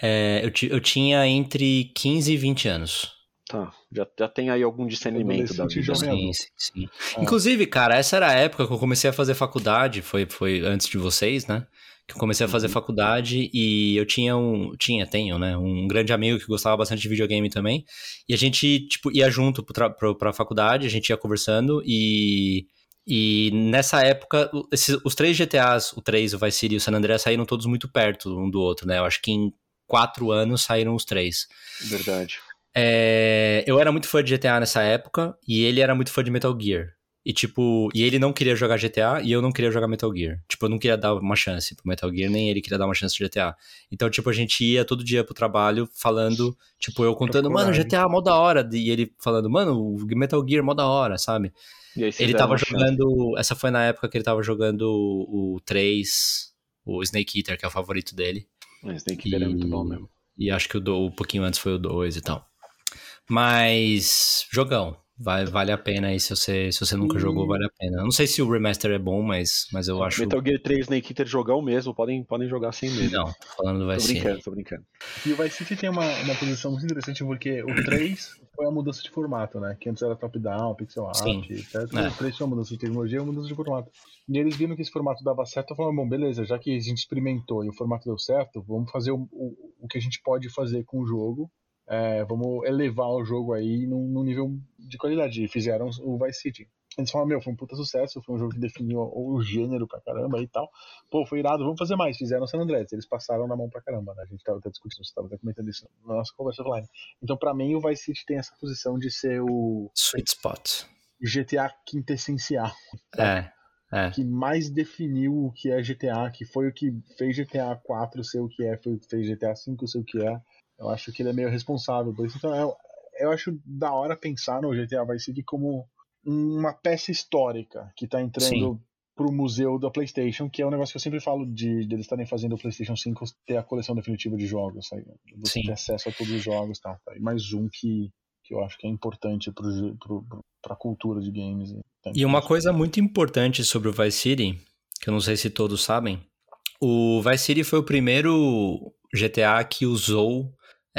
Eu tinha entre 15 e 20 anos. Tá, já tem aí algum discernimento da vida. Sim. Inclusive, cara, essa era a época que eu comecei a fazer faculdade, foi antes de vocês, né? Que eu comecei a fazer faculdade e eu tenho, né? Um grande amigo que gostava bastante de videogame também. E a gente, tipo, ia junto pra faculdade, a gente ia conversando e nessa época, os 3 GTAs, o 3, o Vice City e o San Andreas saíram todos muito perto um do outro, né? Eu acho que em 4 anos saíram os 3. Verdade. Eu era muito fã de GTA nessa época e ele era muito fã de Metal Gear. E tipo, ele não queria jogar GTA e eu não queria jogar Metal Gear. Tipo, eu não queria dar uma chance pro Metal Gear, nem ele queria dar uma chance pro GTA. Então, tipo, a gente ia todo dia pro trabalho falando, tipo, eu contando, mano, GTA mó da hora. E ele falando, mano, o Metal Gear mó da hora, sabe? E aí ele tava jogando, essa foi na época que ele tava jogando o 3, o Snake Eater, que é o favorito dele. O Snake Eater é muito bom mesmo. E acho que um pouquinho antes foi o 2 e tal. Mas, jogão, vale a pena aí, se você nunca jogou, vale a pena. Eu não sei se o remaster é bom, mas eu acho... Metal Gear 3 Snake Eater jogão mesmo, podem jogar sem medo. Não, falando do Vice City. Tô brincando. E o Vice City tem uma posição muito interessante, porque o 3 foi a mudança de formato, né? Que antes era top-down, pixel art, etc. O 3 foi uma mudança de tecnologia e uma mudança de formato. E eles viram que esse formato dava certo, falaram, bom, beleza, já que a gente experimentou e o formato deu certo, vamos fazer o que a gente pode fazer com o jogo. Vamos elevar o jogo aí num nível de qualidade. E fizeram o Vice City. Eles falaram, foi um puta sucesso, foi um jogo que definiu o gênero pra caramba e tal. Pô, foi irado, vamos fazer mais. Fizeram San Andreas, eles passaram na mão pra caramba, né? A gente tava até discutindo, você tava até comentando isso na nossa conversa online. Então, pra mim, o Vice City tem essa posição de ser o... Sweet spot. GTA quintessencial. Que mais definiu o que é GTA, que foi o que fez GTA 4 ser o que é, foi o que fez GTA 5 ser o que é. Eu acho que ele é meio responsável por isso. Então, eu acho da hora pensar no GTA Vice City como uma peça histórica que tá entrando pro museu da PlayStation, que é um negócio que eu sempre falo de eles estarem fazendo o PlayStation 5 ter a coleção definitiva de jogos, sabe? Você ter acesso a todos os jogos, tá? E mais um que eu acho que é importante pra cultura de games. E uma coisa muito importante sobre o Vice City, que eu não sei se todos sabem, o Vice City foi o primeiro GTA que usou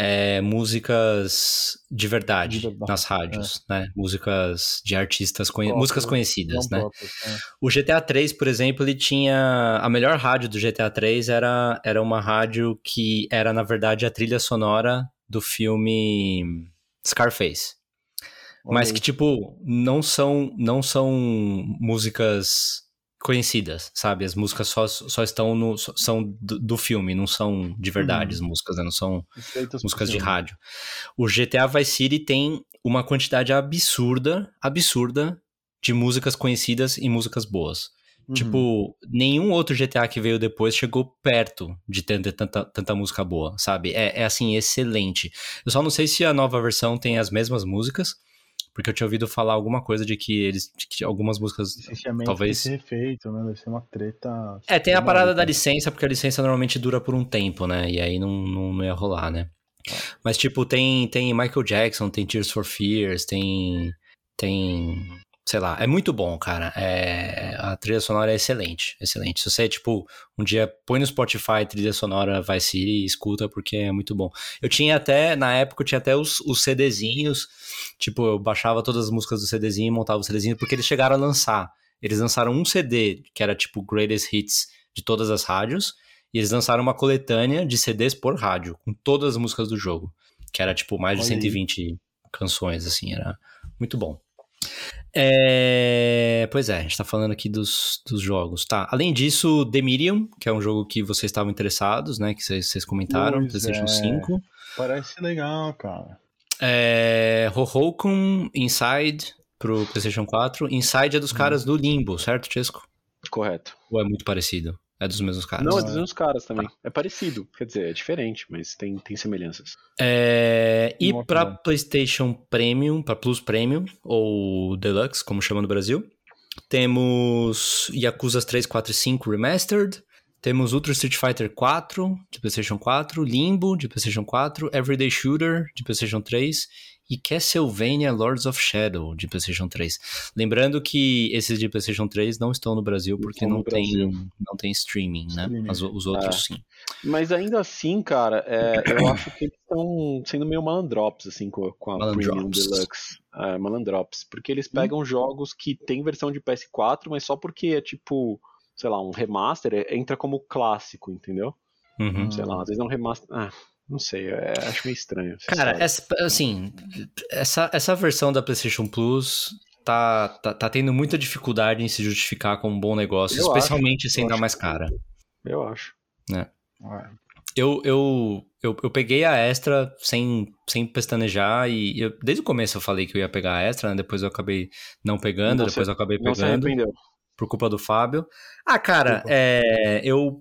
músicas de verdade nas rádios, né? Músicas de artistas, músicas conhecidas, né? O GTA 3, por exemplo, ele tinha... A melhor rádio do GTA 3 era uma rádio que era, na verdade, a trilha sonora do filme Scarface. Mas que, tipo, não são músicas conhecidas, sabe? As músicas só estão são do filme, não são de verdade as músicas, né? Não são músicas de rádio. O GTA Vice City tem uma quantidade absurda de músicas conhecidas e músicas boas. Tipo, nenhum outro GTA que veio depois chegou perto de ter tanta música boa, sabe? É assim, excelente. Eu só não sei se a nova versão tem as mesmas músicas, porque eu tinha ouvido falar alguma coisa de que algumas músicas talvez... ser refeito, né? Deve ser uma treta... tem a parada da licença, porque a licença normalmente dura por um tempo, né? E aí não ia rolar, né? Mas, tipo, tem Michael Jackson, tem Tears for Fears, tem... Sei lá, é muito bom, cara. A trilha sonora é excelente. Se você, tipo, um dia põe no Spotify trilha sonora Vice City e escuta, porque é muito bom. Na época, eu tinha até os CDzinhos, tipo, eu baixava todas as músicas do CDzinho e montava o CDzinho, porque eles chegaram a lançar. Eles lançaram um CD, que era, tipo, Greatest Hits de todas as rádios, e eles lançaram uma coletânea de CDs por rádio, com todas as músicas do jogo, que era, tipo, mais de 120 canções, assim, era muito bom. Pois a gente tá falando aqui dos jogos, tá? Além disso, The Medium, que é um jogo que vocês estavam interessados, né? Que vocês comentaram, PlayStation 5. Parece legal, cara. Hohokum Inside pro PlayStation 4. Inside é dos caras do Limbo, certo, Chesco? Correto. Ou é muito parecido? É dos mesmos caras? Não, é dos mesmos caras também. Tá. É parecido, quer dizer, é diferente, mas tem semelhanças. E para PlayStation Premium, para Plus Premium, ou Deluxe, como chama no Brasil, temos Yakuza 3, 4 e 5 Remastered, temos Ultra Street Fighter 4 de PlayStation 4, Limbo de PlayStation 4, Everyday Shooter de PlayStation 3 e Castlevania Lords of Shadow de PlayStation 3. Lembrando que esses de PlayStation 3 não estão no Brasil porque não tem streaming, né? Mas os outros sim. Mas ainda assim, cara, eu acho que eles estão sendo meio malandrops, assim, com a Premium Deluxe. Malandrops. Porque eles pegam jogos que tem versão de PS4, mas só porque é tipo, sei lá, um remaster, entra como clássico, entendeu? Sei lá, às vezes é um remaster... não sei, acho meio estranho. Cara, essa versão da PlayStation Plus tá tendo muita dificuldade em se justificar como um bom negócio, especialmente sem dar mais cara. Eu acho. Né? Eu peguei a Extra sem pestanejar e desde o começo eu falei que eu ia pegar a Extra, né? Depois eu acabei não pegando, depois eu acabei pegando por culpa do Fábio. Cara, eu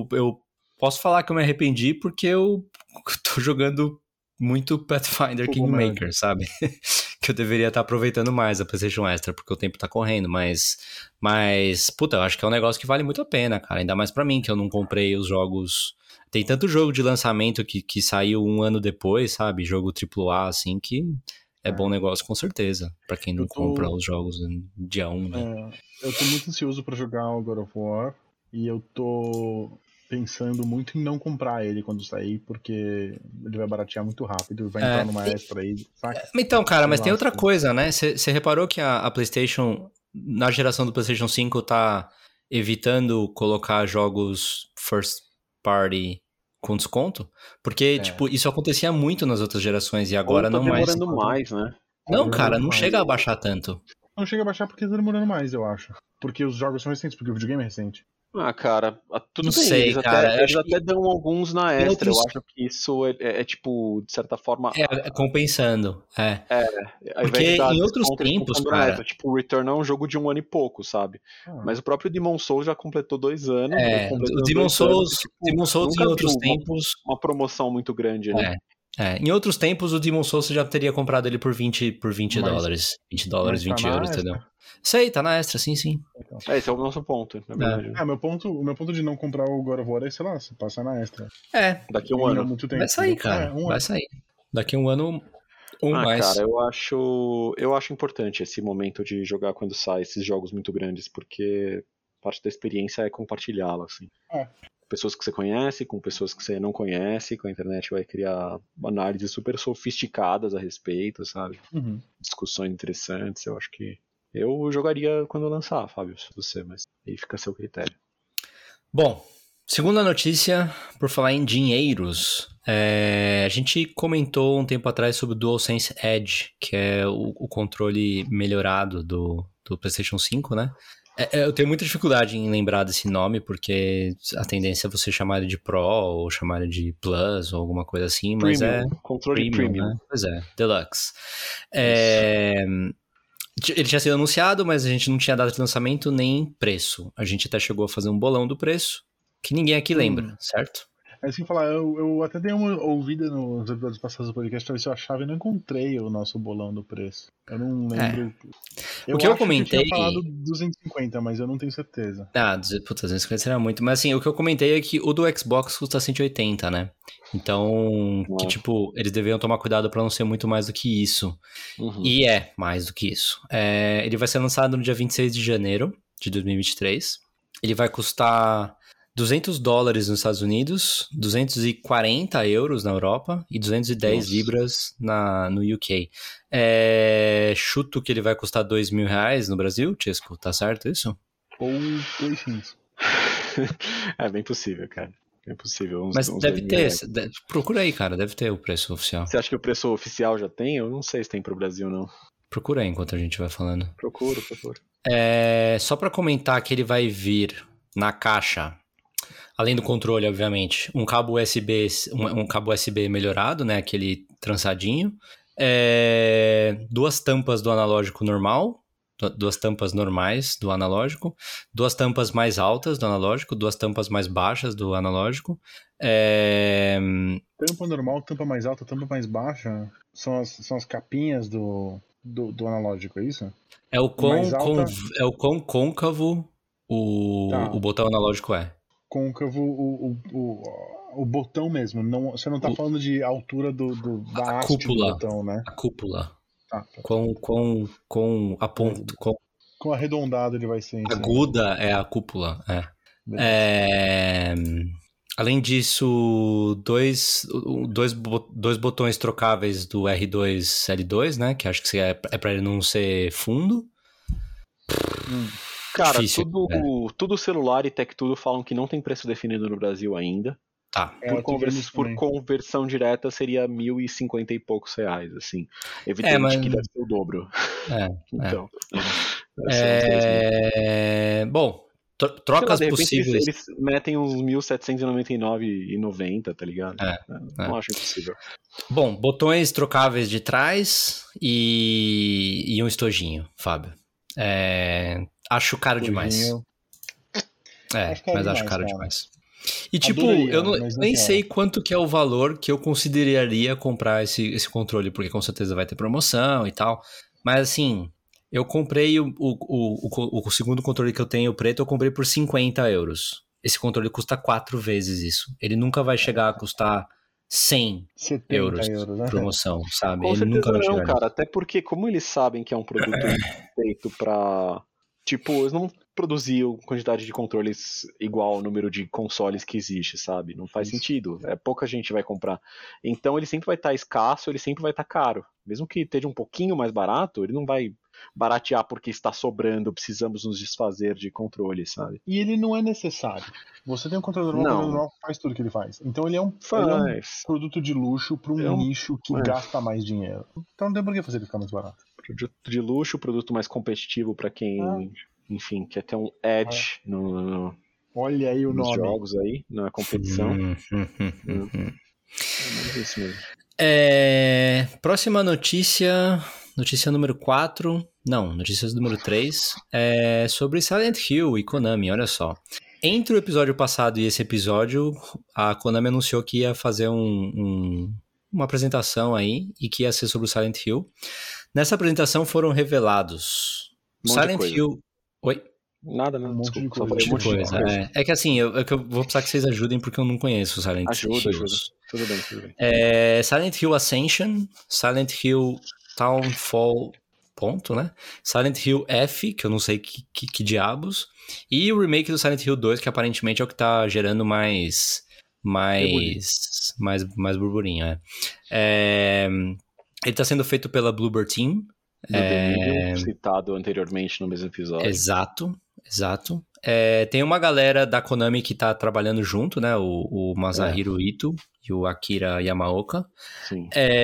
posso falar que eu me arrependi porque eu tô jogando muito Pathfinder Kingmaker, sabe? Que eu deveria estar aproveitando mais a PlayStation Extra, porque o tempo tá correndo, mas puta, eu acho que é um negócio que vale muito a pena, cara, ainda mais pra mim, que eu não comprei os jogos... Tem tanto jogo de lançamento que saiu um ano depois, sabe? Jogo AAA, assim, que é bom negócio com certeza, pra quem não compra os jogos dia 1, né? Eu tô muito ansioso pra jogar o God of War, e eu tô pensando muito em não comprar ele quando sair, porque ele vai baratear muito rápido, vai entrar numa Extra aí, saca? Então, cara, mas tem outra coisa, né? Você reparou que a PlayStation, na geração do PlayStation 5, tá evitando colocar jogos first party com desconto? Porque, tipo, isso acontecia muito nas outras gerações e agora não mais. Tá demorando mais, né? Não, cara, não chega a baixar tanto. Não chega a baixar porque tá demorando mais, eu acho. Porque os jogos são recentes, porque o videogame é recente. Cara, tudo não bem, sei, eles até dão alguns na Extra, eu acho que isso é tipo, de certa forma... compensando, Porque em outros tempos, cara... Extra, tipo, o Return é um jogo de 1 ano e pouco, sabe? Mas o próprio Demon Souls já completou 2 anos. O Demon Souls em outros tempos... Uma promoção muito grande, né? Em outros tempos, o Demon Souls você já teria comprado ele por 20 dólares. 20 dólares, 20 euros, entendeu? Sei, tá na Extra, sim. Então. Esse é o nosso ponto, na verdade. O meu ponto de não comprar o God of War é, sei lá, se passar na Extra. Daqui a um ano. Muito tempo. Vai sair, cara. Vai sair. Daqui a um ano ou mais. Cara, eu acho importante esse momento de jogar quando sai esses jogos muito grandes, porque parte da experiência é compartilhá-la, assim. Pessoas que você conhece, com pessoas que você não conhece, com a internet vai criar análises super sofisticadas a respeito, sabe? Discussões interessantes, eu acho que eu jogaria quando lançar, Fábio, se você, mas aí fica a seu critério. Bom, segunda notícia, por falar em dinheiros, a gente comentou um tempo atrás sobre o DualSense Edge, que é o controle melhorado do PlayStation 5, né? Eu tenho muita dificuldade em lembrar desse nome, porque a tendência é você chamar ele de Pro, ou chamar ele de Plus, ou alguma coisa assim, mas controle Premium. Né? Pois Deluxe. Ele tinha sido anunciado, mas a gente não tinha data de lançamento nem preço. A gente até chegou a fazer um bolão do preço, que ninguém aqui lembra, certo? Assim falar, eu até dei uma ouvida nos episódios passados do podcast pra ver se eu achava e não encontrei o nosso bolão do preço. Eu não lembro. O que eu comentei. Eu tinha falado 250, mas eu não tenho certeza. 250 seria muito. Mas assim, o que eu comentei é que o do Xbox custa 180, né? Então, que tipo, eles deveriam tomar cuidado pra não ser muito mais do que isso. E é mais do que isso. Ele vai ser lançado no dia 26 de janeiro de 2023. Ele vai custar $200 nos Estados Unidos, 240 euros na Europa e 210 libras no UK. Chuto que ele vai custar R$2.000 no Brasil, Chesco, tá certo isso? Ou 2 rins. É bem possível, cara. É possível. Mas deve ter, procura aí, cara, deve ter o preço oficial. Você acha que o preço oficial já tem? Eu não sei se tem pro Brasil, não. Procura aí enquanto a gente vai falando. Procuro. Só pra comentar que ele vai vir na caixa, além do controle, obviamente, um cabo USB, um cabo USB melhorado, né, aquele trançadinho, 2 tampas do analógico normal, 2 tampas normais do analógico, 2 tampas mais altas do analógico, 2 tampas mais baixas do analógico. Tampa normal, tampa mais alta, tampa mais baixa, são as capinhas do analógico, é isso? É o quão côncavo o botão analógico é. côncavo o botão mesmo. Não, você não tá falando de altura da haste cúpula, do botão, né? A cúpula. Tá. Com a ponta. Com arredondado ele vai ser. Aguda é a cúpula. Além disso, dois botões trocáveis do R2 L2, né? Que acho que é pra ele não ser fundo. Cara, difícil, tudo celular e tech tudo falam que não tem preço definido no Brasil ainda. Tá. Por conversão direta seria 1.050 e poucos reais, assim. Evidente que deve ser o dobro. Então. Bom, trocas lá, possíveis. Eles metem uns 1.799,90, tá ligado? Não acho impossível. Bom, botões trocáveis de trás e um estojinho, Fábio. Acho caro demais. Acho caro demais. E tipo, eu nem sei quanto que é o valor que eu consideraria comprar esse controle, porque com certeza vai ter promoção e tal. Mas assim, eu comprei o segundo controle que eu tenho, o preto, eu comprei por 50 euros. Esse controle custa 4 vezes isso. Ele nunca vai chegar a custar 100 euros né? promoção, sabe? Com ele certeza nunca vai chegar cara. Até porque, como eles sabem que é um produto feito pra... Tipo, eles não produziam quantidade de controles igual ao número de consoles que existe, sabe? Não faz sentido. Pouca gente vai comprar. Então ele sempre vai estar escasso, ele sempre vai estar caro. Mesmo que esteja um pouquinho mais barato, ele não vai baratear porque está sobrando, precisamos nos desfazer de controle, sabe? E ele não é necessário. Você tem um controlador normal que faz tudo que ele faz. Então ele é um produto de luxo para um nicho que gasta mais dinheiro. Então não tem por que fazer ele ficar mais barato. Produto de luxo, produto mais competitivo para quem, enfim, quer ter um edge Olha aí o nos nome. Jogos aí, na competição. É isso mesmo. Próxima notícia número 4, não, notícia número 3, é sobre Silent Hill e Konami, olha só. Entre o episódio passado e esse episódio, a Konami anunciou que ia fazer uma apresentação aí e que ia ser sobre o Silent Hill. Nessa apresentação foram revelados Silent Hill... Oi? Nada, desculpa, só falei um monte de coisa. É que assim, eu vou precisar que vocês ajudem porque eu não conheço Silent Hill. Ajuda. Tudo bem. Silent Hill Ascension, Silent Hill Townfall, né? Silent Hill F, que eu não sei que diabos, e o remake do Silent Hill 2, que aparentemente é o que tá gerando mais burburinho, Ele tá sendo feito pela Bloober Team. Citado anteriormente no mesmo episódio. Exato. Tem uma galera da Konami que tá trabalhando junto, né? O Masahiro Ito e o Akira Yamaoka. Sim.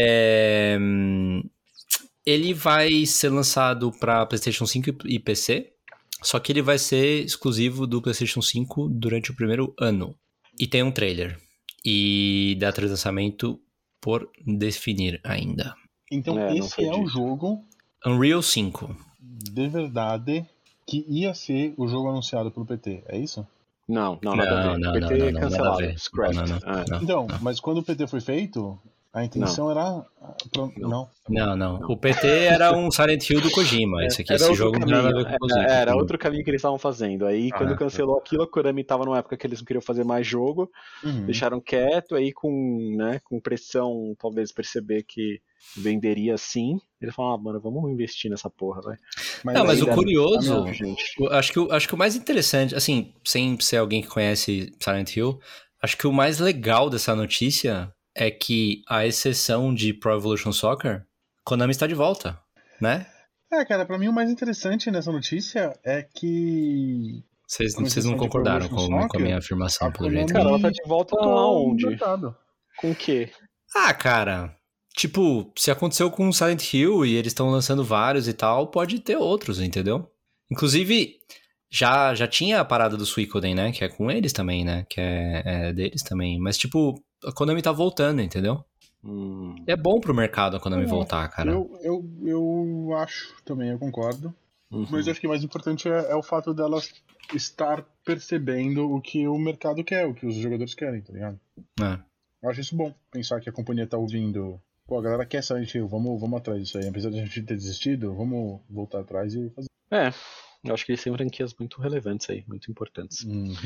Ele vai ser lançado para PlayStation 5 e PC, só que ele vai ser exclusivo do PlayStation 5 durante o primeiro ano. E tem um trailer. E data de lançamento por definir ainda. Então esse é o jogo... Unreal 5. De verdade, que ia ser o jogo anunciado pro PT, é isso? Não, nada a ver. PT cancelado, scrapped. Então, mas quando o PT foi feito, a intenção era... Não. O PT era um Silent Hill do Kojima. Esse jogo não tem nada a ver com o Kojima. Era outro caminho que eles estavam fazendo. Aí, quando cancelou aquilo, a Konami tava numa época que eles não queriam fazer mais jogo, deixaram quieto, aí com pressão, talvez perceber que venderia sim. Eles falaram, mano, vamos investir nessa porra, vai. Mas o curioso, acho que o mais interessante, assim, sem ser alguém que conhece Silent Hill, acho que o mais legal dessa notícia é que, à exceção de Pro Evolution Soccer, Konami está de volta, né? Cara, pra mim o mais interessante nessa notícia é que... Vocês não concordaram com a minha afirmação, pelo jeito. Cara, ela tá de volta aonde? Com o quê? Cara... Tipo, se aconteceu com Silent Hill e eles estão lançando vários e tal, pode ter outros, entendeu? Inclusive, já tinha a parada do Suikoden, né? Que é com eles também, né? Que é deles também. Mas, tipo, a Konami tá voltando, entendeu? É bom pro mercado a Konami voltar, cara. Eu acho também, eu concordo. Mas eu acho que o mais importante é o fato delas estar percebendo o que o mercado quer, o que os jogadores querem, tá ligado? Eu acho isso bom, pensar que a companhia tá ouvindo... Pô, a galera quer Silent Hill, vamos atrás disso aí. Apesar de a gente ter desistido, vamos voltar atrás e fazer. Eu acho que eles têm franquias muito relevantes aí, muito importantes.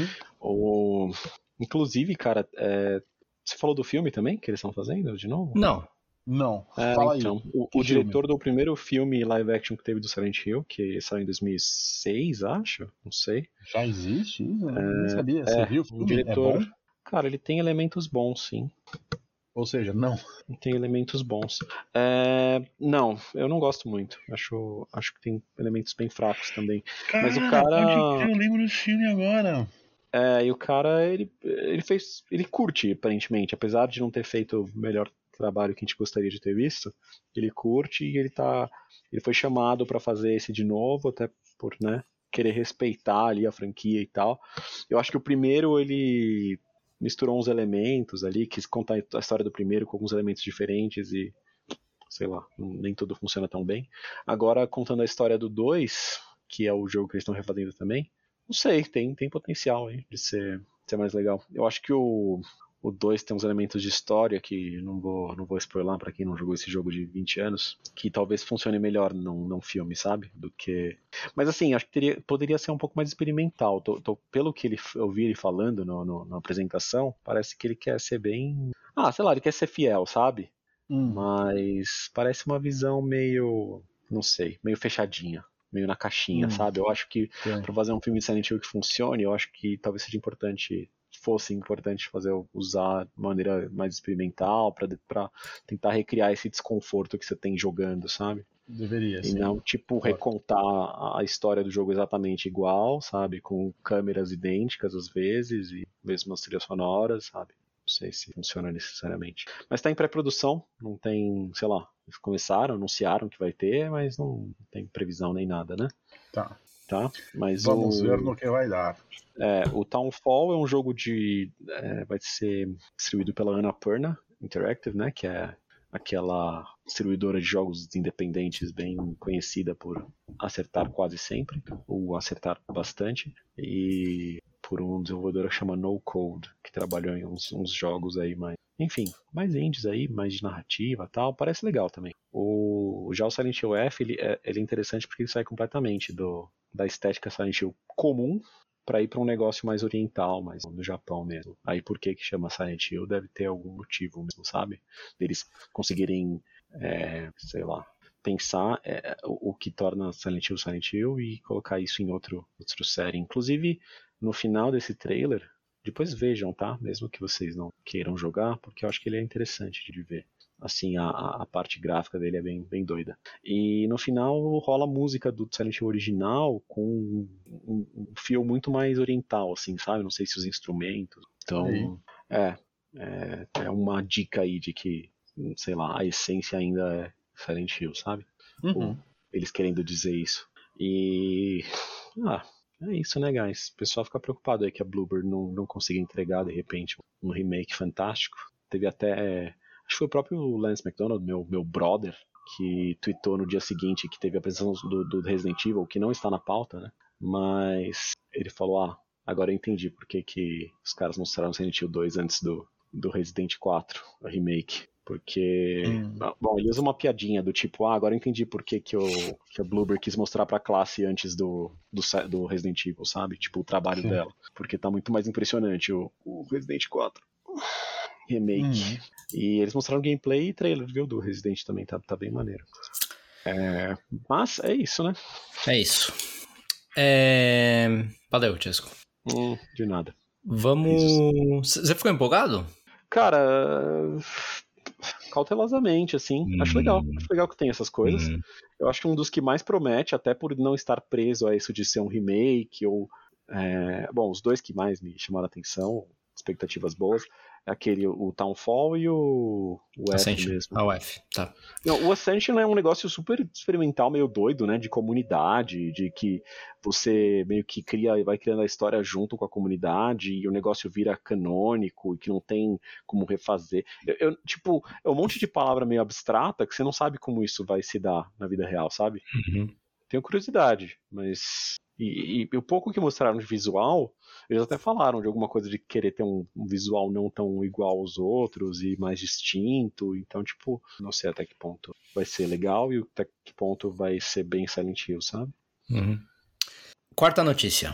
Inclusive, cara, você falou do filme também que eles estão fazendo de novo? Não, fala então, aí. O diretor do primeiro filme live action que teve do Silent Hill, que saiu em 2006, acho, não sei. Já existe isso? Eu não sabia. Você viu o filme? Diretor, é bom? Cara, ele tem elementos bons, sim. Ou seja, não. Tem elementos bons. Não, eu não gosto muito. Acho que tem elementos bem fracos também. Cara, mas o cara... eu lembro do filme agora. E o cara, ele curte, aparentemente. Apesar de não ter feito o melhor trabalho que a gente gostaria de ter visto, ele curte e ele foi chamado para fazer esse de novo, até por, né, querer respeitar ali a franquia e tal. Eu acho que o primeiro, ele misturou uns elementos ali, quis contar a história do primeiro com alguns elementos diferentes e, sei lá, nem tudo funciona tão bem. Agora, contando a história do 2, que é o jogo que eles estão refazendo também, não sei, tem potencial aí de ser mais legal. Eu acho que o 2 tem uns elementos de história que não vou spoiler pra quem não jogou esse jogo de 20 anos, que talvez funcione melhor num filme, sabe? Do que... Mas assim, acho que poderia ser um pouco mais experimental. Pelo que eu vi ele falando na apresentação, parece que ele quer ser bem... sei lá, ele quer ser fiel, sabe? Mas parece uma visão meio... não sei, meio fechadinha. Meio na caixinha, sabe? Eu acho que pra fazer um filme de Silent Hill que funcione, eu acho que talvez fosse importante usar de maneira mais experimental pra tentar recriar esse desconforto que você tem jogando, sabe? Deveria, sim. E não, recontar a história do jogo exatamente igual, sabe? Com câmeras idênticas às vezes e mesmas trilhas sonoras, sabe? Não sei se funciona necessariamente. Mas tá em pré-produção, não tem, sei lá, eles começaram, anunciaram que vai ter, mas não tem previsão nem nada, né? Tá. Mas vamos ver no que vai dar. O Townfall é um jogo vai ser distribuído pela Annapurna Interactive, né? Que é aquela distribuidora de jogos independentes bem conhecida por acertar quase sempre, ou acertar bastante, e por um desenvolvedor que chama No Code, que trabalhou em uns jogos aí mais indies aí, mais de narrativa e tal, parece legal também. Já o Silent Hill F, ele é interessante porque ele sai completamente da estética Silent Hill comum para ir para um negócio mais oriental, mais no Japão mesmo. Aí por que chama Silent Hill? Deve ter algum motivo mesmo, sabe? Deles conseguirem, sei lá, pensar o que torna Silent Hill e colocar isso em outro série. Inclusive, no final desse trailer, depois vejam, tá? Mesmo que vocês não queiram jogar, porque eu acho que ele é interessante de ver. Assim, a parte gráfica dele é bem, bem doida. E no final rola a música do Silent Hill original com um fio muito mais oriental, assim, sabe? Não sei se os instrumentos. Então, é uma dica aí de que, sei lá, a essência ainda é Silent Hill, sabe? Ou eles querendo dizer isso. E... é isso, né, guys? O pessoal fica preocupado aí que a Bloober não consiga entregar, de repente, um remake fantástico. Teve até... acho que foi o próprio Lance McDonald, meu brother, que tweetou no dia seguinte que teve a apresentação do Resident Evil, que não está na pauta, né? Mas ele falou, agora eu entendi por que os caras mostraram Resident Evil 2 antes do Resident 4, o remake. Porque, bom, ele usa uma piadinha do tipo, agora eu entendi por que a Bloober quis mostrar pra classe antes do Resident Evil, sabe? Tipo, o trabalho dela. Porque tá muito mais impressionante o Resident 4 remake. E eles mostraram gameplay e trailer, viu, do Resident também, tá bem maneiro. Mas é isso, né? É isso. Valeu, Chesco. De nada. Vamos... Você ficou empolgado? Cara, cautelosamente, assim. Acho legal que tem essas coisas. Eu acho que um dos que mais promete, até por não estar preso a isso de ser um remake, ou... bom, os dois que mais me chamaram a atenção, expectativas boas, é o Townfall e o F mesmo. O F, tá. Não, o Ascension é um negócio super experimental, meio doido, né? De comunidade, de que você meio que vai criando a história junto com a comunidade e o negócio vira canônico e que não tem como refazer. Tipo, é um monte de palavra meio abstrata que você não sabe como isso vai se dar na vida real, sabe? Tenho curiosidade, mas... E o pouco que mostraram de visual, eles até falaram de alguma coisa de querer ter um visual não tão igual aos outros e mais distinto. Então, tipo, não sei até que ponto vai ser legal e até que ponto vai ser bem Silent Hill, sabe? Quarta notícia.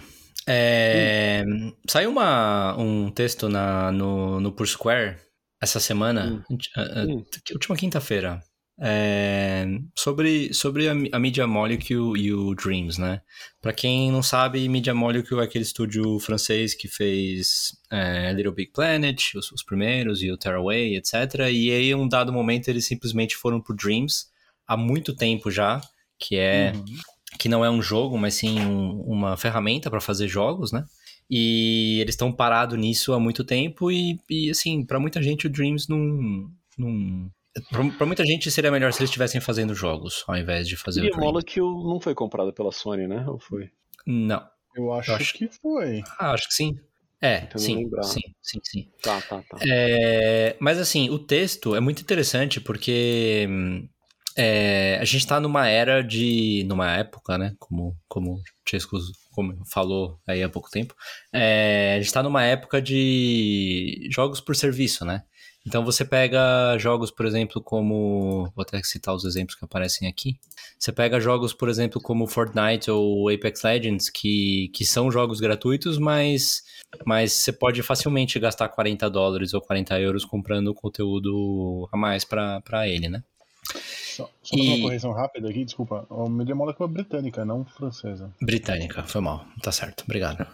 Saiu um texto no Foursquare essa semana, última quinta-feira, sobre a Media Molecule e o Dreams, né? Pra quem não sabe, Media Molecule é aquele estúdio francês que fez Little Big Planet, os primeiros, e o Tearaway, etc. E aí, em um dado momento, eles simplesmente foram pro Dreams, há muito tempo já, que não é um jogo, mas sim uma ferramenta para fazer jogos, né? E eles estão parados nisso há muito tempo e assim, para muita gente o Dreams não... Pra muita gente seria melhor se eles estivessem fazendo jogos, ao invés de fazer o Dreams. E a Molecule não foi comprada pela Sony, né? Ou foi? Não. Eu acho que foi. Acho que sim. Sim. Tá. Mas assim, o texto é muito interessante porque... a gente tá numa época, né, como o Chesco falou aí há pouco tempo, a gente tá numa época de jogos por serviço, né? Então você pega jogos, por exemplo, como... Vou até citar os exemplos que aparecem aqui. Você pega jogos, por exemplo, como Fortnite ou Apex Legends, que são jogos gratuitos, mas você pode facilmente gastar $40 ou €40 comprando conteúdo a mais pra ele, né? Só uma correção rápida aqui, desculpa. O Media Molecule é britânica, não francesa. Britânica, foi mal. Tá certo, obrigado.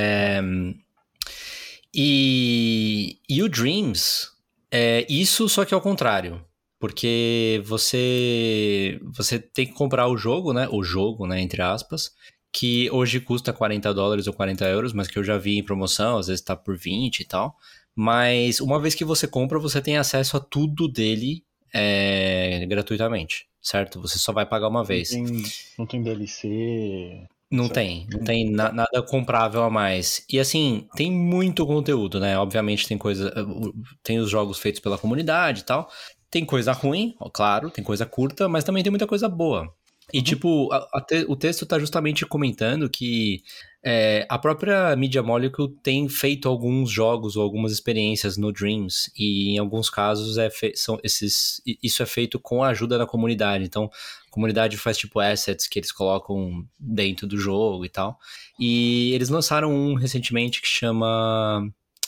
E o Dreams é isso, só que ao contrário. Porque você tem que comprar o jogo, né? O jogo, né? Entre aspas. Que hoje custa $40 ou €40, mas que eu já vi em promoção, às vezes tá por 20 e tal. Mas uma vez que você compra, você tem acesso a tudo dele gratuitamente, certo? Você só vai pagar uma vez. Não tem DLC... Não tem nada comprável a mais. E assim, tem muito conteúdo, né? Obviamente tem os jogos feitos pela comunidade e tal. Tem coisa ruim, claro, tem coisa curta, mas também tem muita coisa boa. E tipo, o texto tá justamente comentando que a própria Media Molecule tem feito alguns jogos ou algumas experiências no Dreams, e em alguns casos isso é feito com a ajuda da comunidade. Então, a comunidade faz tipo assets que eles colocam dentro do jogo e tal. E eles lançaram um recentemente que chama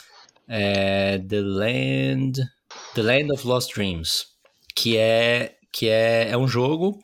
The Land of Lost Dreams, que é um jogo,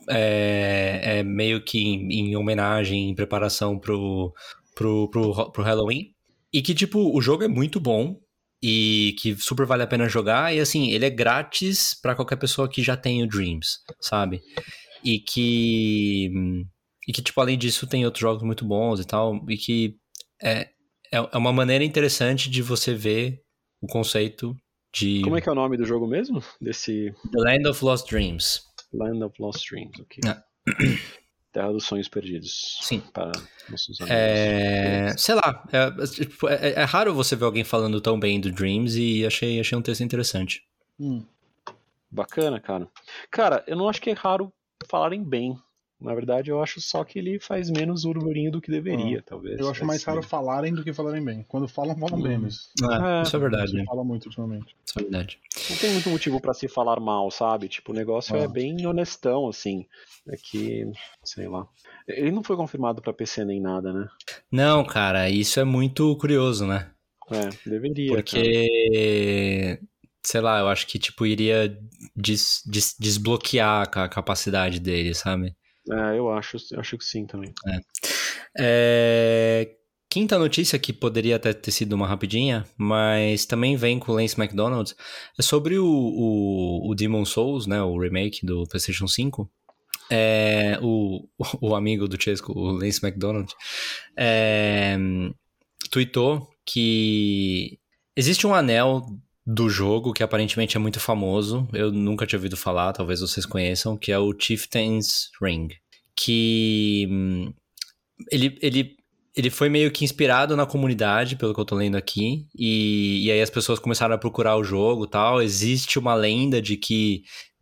meio que em homenagem, em preparação pro Halloween. E que, tipo, o jogo é muito bom e que super vale a pena jogar. E, assim, ele é grátis pra qualquer pessoa que já tem o Dreams, sabe? E que, tipo, além disso, tem outros jogos muito bons e tal. E que é uma maneira interessante de você ver o conceito de... Como é que é o nome do jogo mesmo? The Land of Lost Dreams. Land of Lost Dreams, ok. Terra dos Sonhos Perdidos. Sim. Para nossos amigos. Sei lá, é raro você ver alguém falando tão bem do Dreams e achei um texto interessante. Bacana, cara. Cara, eu não acho que é raro falarem bem. Na verdade, eu acho só que ele faz menos burburinho do que deveria, talvez. Eu acho mais raro falarem do que falarem bem. Quando falam bem, mas... Isso é verdade. Não se fala muito ultimamente. Isso é verdade. Não tem muito motivo pra se falar mal, sabe? Tipo, o negócio é bem honestão, assim. É que, sei lá. Ele não foi confirmado pra PC nem nada, né? Não, cara, isso é muito curioso, né? Deveria. Porque... Cara. Sei lá, eu acho que, tipo, iria desbloquear a capacidade dele, sabe? Eu acho que sim também. Quinta notícia, que poderia até ter sido uma rapidinha, mas também vem com o Lance McDonald, é sobre o Demon's Souls, né, o remake do PlayStation 5. O amigo do Chesco, o Lance McDonald, tweetou que existe um anel do jogo que aparentemente é muito famoso, eu nunca tinha ouvido falar, talvez vocês conheçam, que é o Chieftain's Ring, que ele foi meio que inspirado na comunidade, pelo que eu tô lendo aqui, e aí as pessoas começaram a procurar o jogo e tal. Existe uma lenda de que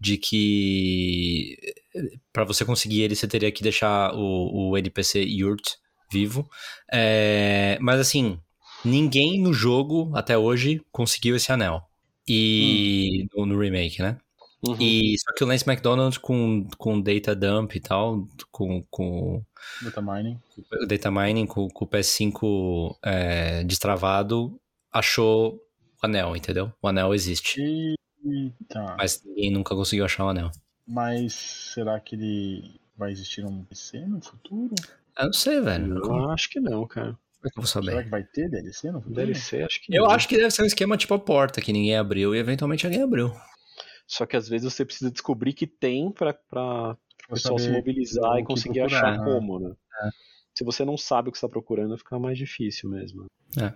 para você conseguir ele, você teria que deixar o NPC Yurt vivo, mas assim, ninguém no jogo, até hoje, conseguiu esse anel. E no remake, né? E só que o Lance McDonald com data dump e tal, com data mining, com o PS5 destravado, achou o anel, entendeu? O anel existe. Tá. Mas ninguém nunca conseguiu achar o anel. Mas será que ele vai existir um PC no futuro? Eu não sei, velho. Eu acho que não, cara. Como é que eu vou saber? Será que vai ter DLC no futuro? DLC, acho que Eu não. acho que deve ser um esquema tipo a porta, que ninguém abriu e eventualmente alguém abriu. Só que às vezes você precisa descobrir que tem pra o pessoal se mobilizar e conseguir achar como, né? Se você não sabe o que você tá procurando, fica mais difícil mesmo.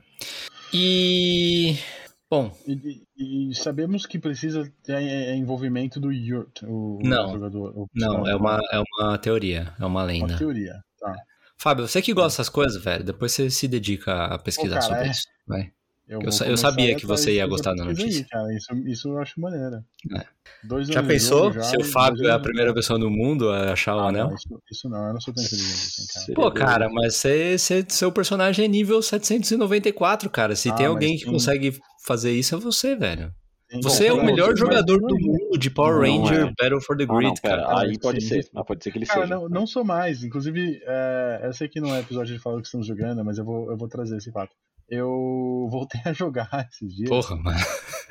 E... Bom... E sabemos que precisa ter envolvimento do Yurt, o jogador. Não, é uma teoria, é uma lenda. Uma teoria, tá. Fábio, você que gosta dessas coisas, velho, depois você se dedica a pesquisar sobre isso, vai. Eu sabia que você ia gostar da notícia. Aí, cara. Isso eu acho maneiro. Já pensou se o Fábio é a primeira pessoa no mundo a achar o anel? Isso não, eu não sou tão inteligente assim, cara. Pô, cara, mas seu personagem é nível 794, cara. Se tem alguém que consegue fazer isso, é você, velho. Você é o melhor jogador do mundo de Power Ranger Battle for the Grid, cara. Aí pode ser. Pode ser que ele seja. Cara, não sou mais. Inclusive, eu sei que não é episódio de falar o que estamos jogando, mas eu vou trazer esse fato. Eu voltei a jogar esses dias. Porra, mano.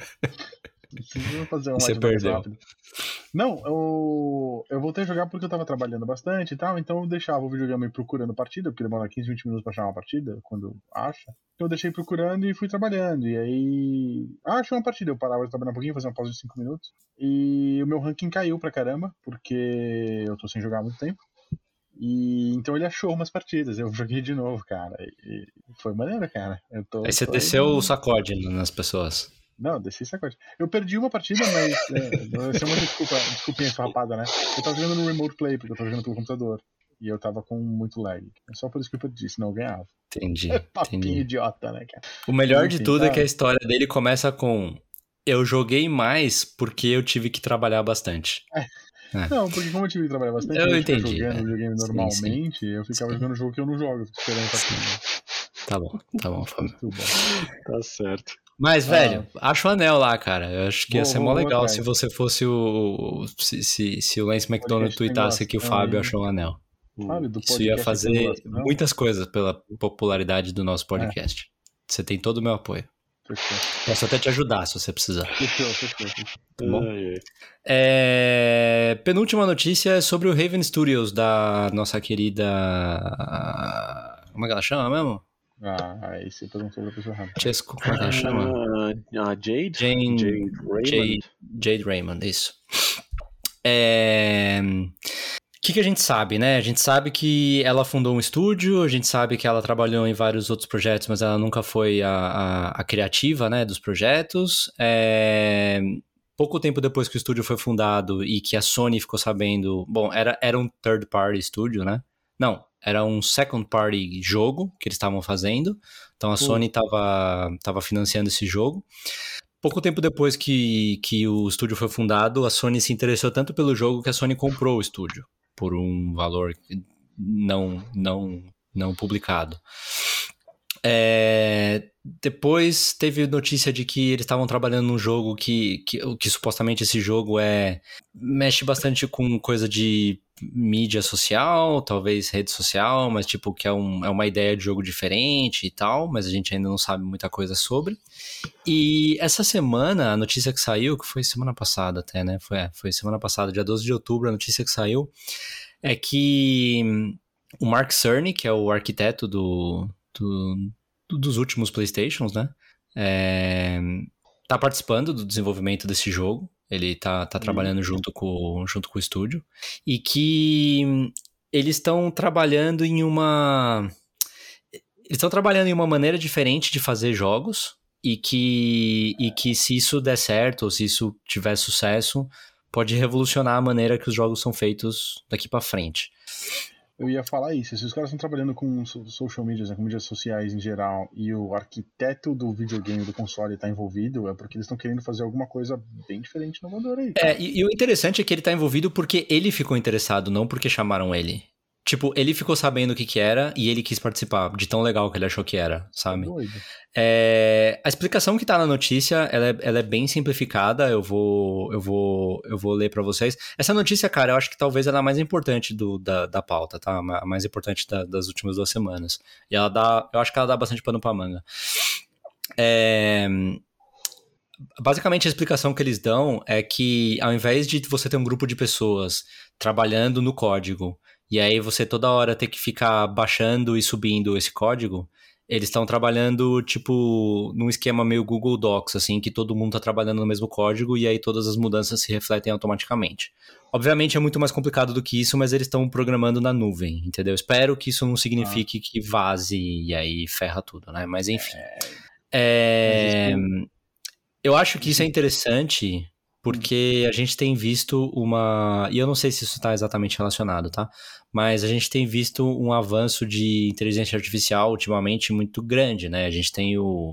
Preciso fazer um Você perdeu. Rápido. Não, eu voltei a jogar porque eu tava trabalhando bastante e tal, então eu deixava o videogame procurando partida, porque demora 15, 20 minutos pra achar uma partida, quando acha. Então eu deixei procurando e fui trabalhando, e aí... achei uma partida, eu parava de trabalhar um pouquinho, fazia uma pausa de 5 minutos, e o meu ranking caiu pra caramba, porque eu tô sem jogar há muito tempo. E então ele achou umas partidas, eu joguei de novo, cara, e foi maneiro, cara. Aí você desceu o sacode nas pessoas. Não, desci sacode. Eu perdi uma partida, mas essa é uma desculpinha esfarrapada, né? Eu tava jogando no Remote Play, porque eu tava jogando pelo computador. E eu tava com muito lag. É só por isso que eu perdi, senão eu ganhava. Entendi. É papinho idiota, né, cara? O melhor de tudo é que a história dele começa com: eu joguei mais porque eu tive que trabalhar bastante. Não, porque como eu tive que trabalhar bastante, eu entendi. Jogando videogame normalmente, eu ficava jogando jogo que eu não jogo, esperando a partida. Tá bom, Fábio. Tá certo. Mas, velho, acha o anel lá, cara. Eu acho que ia ser mó legal se você fosse se o Lance McDonald tweetasse que o Fábio achou o anel. Isso ia fazer muitas coisas pela popularidade do nosso podcast. Você tem todo o meu apoio. Posso até te ajudar se você precisar. Tá bom? Penúltima notícia é sobre o Haven Studios da nossa querida... Como é que ela chama mesmo? Aí você perguntou pra pessoa rápida. Como é que ela chama? Jade Raymond, isso. O que a gente sabe, né? A gente sabe que ela fundou um estúdio, a gente sabe que ela trabalhou em vários outros projetos, mas ela nunca foi a criativa, né, dos projetos. Pouco tempo depois que o estúdio foi fundado e que a Sony ficou sabendo... Bom, era um third party estúdio, né? Não, era um second party jogo que eles estavam fazendo. Então a Sony estava financiando esse jogo. Pouco tempo depois que o estúdio foi fundado, a Sony se interessou tanto pelo jogo que a Sony comprou o estúdio por um valor não publicado. Depois teve notícia de que eles estavam trabalhando num jogo que supostamente esse jogo mexe bastante com coisa de mídia social, talvez rede social, mas tipo que é uma ideia de jogo diferente e tal, mas a gente ainda não sabe muita coisa sobre. E essa semana, a notícia que saiu, que foi semana passada até, né? Foi semana passada, dia 12 de outubro, a notícia que saiu é que o Mark Cerny, que é o arquiteto dos últimos PlayStations, né? Tá participando do desenvolvimento desse jogo. Ele tá trabalhando junto com o estúdio. E que eles estão trabalhando em uma maneira diferente de fazer jogos. E que se isso der certo, ou se isso tiver sucesso, pode revolucionar a maneira que os jogos são feitos daqui pra frente. Eu ia falar isso, se os caras estão trabalhando com social media, né, com mídias sociais em geral, e o arquiteto do videogame, do console está envolvido, é porque eles estão querendo fazer alguma coisa bem diferente, inovadora aí. E o interessante é que ele está envolvido porque ele ficou interessado, não porque chamaram ele. Tipo, ele ficou sabendo o que era e ele quis participar, de tão legal que ele achou que era, sabe? A explicação que tá na notícia, ela é bem simplificada, eu vou ler pra vocês. Essa notícia, cara, eu acho que talvez ela é a mais importante da pauta, tá? A mais importante das últimas 2 semanas. E eu acho que ela dá bastante pano pra manga. Basicamente, a explicação que eles dão é que ao invés de você ter um grupo de pessoas trabalhando no código, e aí você toda hora ter que ficar baixando e subindo esse código, eles estão trabalhando, tipo, num esquema meio Google Docs, assim, que todo mundo tá trabalhando no mesmo código e aí todas as mudanças se refletem automaticamente. Obviamente é muito mais complicado do que isso, mas eles estão programando na nuvem, entendeu? Espero que isso não signifique que vaze e aí ferra tudo, né? Mas enfim. Eu acho que isso é interessante porque a gente tem visto e eu não sei se isso está exatamente relacionado, tá? Mas a gente tem visto um avanço de inteligência artificial ultimamente muito grande, né? A gente tem o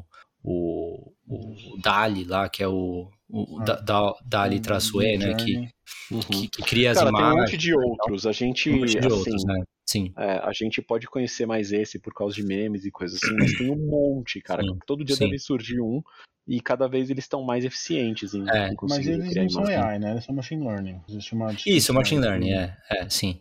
DALL-E lá, que é o DALL-E-E, né? Que cria as imagens. Tem um monte de outros. A gente, um monte de outros, né? Sim. A gente pode conhecer mais esse por causa de memes e coisas assim, mas tem um monte, cara. Todo dia deve surgir um. E cada vez eles estão mais eficientes em conseguir mas criar eles não imagem. são AI, né? Eles são machine learning. Isso, machine learning, sim.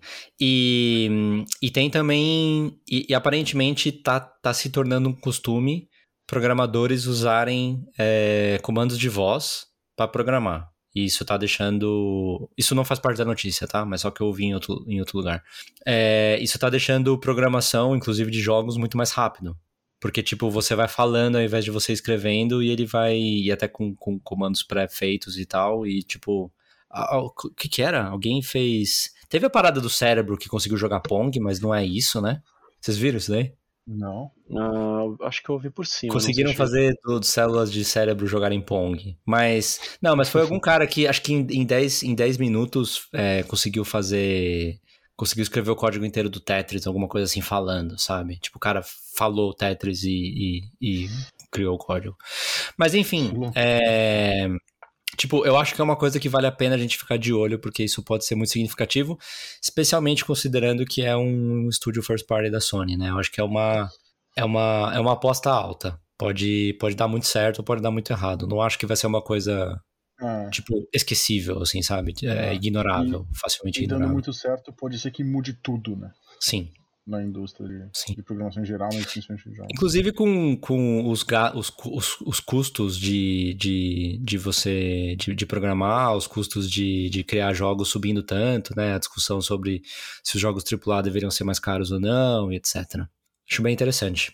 E tem também... E aparentemente tá se tornando um costume programadores usarem comandos de voz para programar. E isso tá deixando... Isso não faz parte da notícia, tá? Mas só que eu ouvi em outro lugar. Isso tá deixando programação, inclusive de jogos, muito mais rápido. Porque, tipo, você vai falando ao invés de você escrevendo e ele vai ir até com comandos pré-feitos e tal. E, tipo, o que era? Alguém fez... Teve a parada do cérebro que conseguiu jogar Pong, mas não é isso, né? Vocês viram isso daí? Não. Acho que eu ouvi por cima. Conseguiram fazer células de cérebro jogarem Pong. Mas foi algum cara que, acho que em 10 minutos, conseguiu escrever o código inteiro do Tetris, alguma coisa assim, falando, sabe? Tipo, o cara falou Tetris e criou o código. Mas, enfim, tipo, eu acho que é uma coisa que vale a pena a gente ficar de olho, porque isso pode ser muito significativo, especialmente considerando que é um estúdio first party da Sony, né? Eu acho que é uma aposta alta. Pode dar muito certo ou pode dar muito errado. Não acho que vai ser uma coisa... tipo, esquecível, assim, sabe? Ignorável, facilmente ignorável. Dando muito certo, pode ser que mude tudo, né? Sim. Na indústria de programação em geral, mas principalmente em jogos. Inclusive com os custos de você de programar, os custos de criar jogos subindo tanto, né? A discussão sobre se os jogos AAA deveriam ser mais caros ou não, e etc. Acho bem interessante.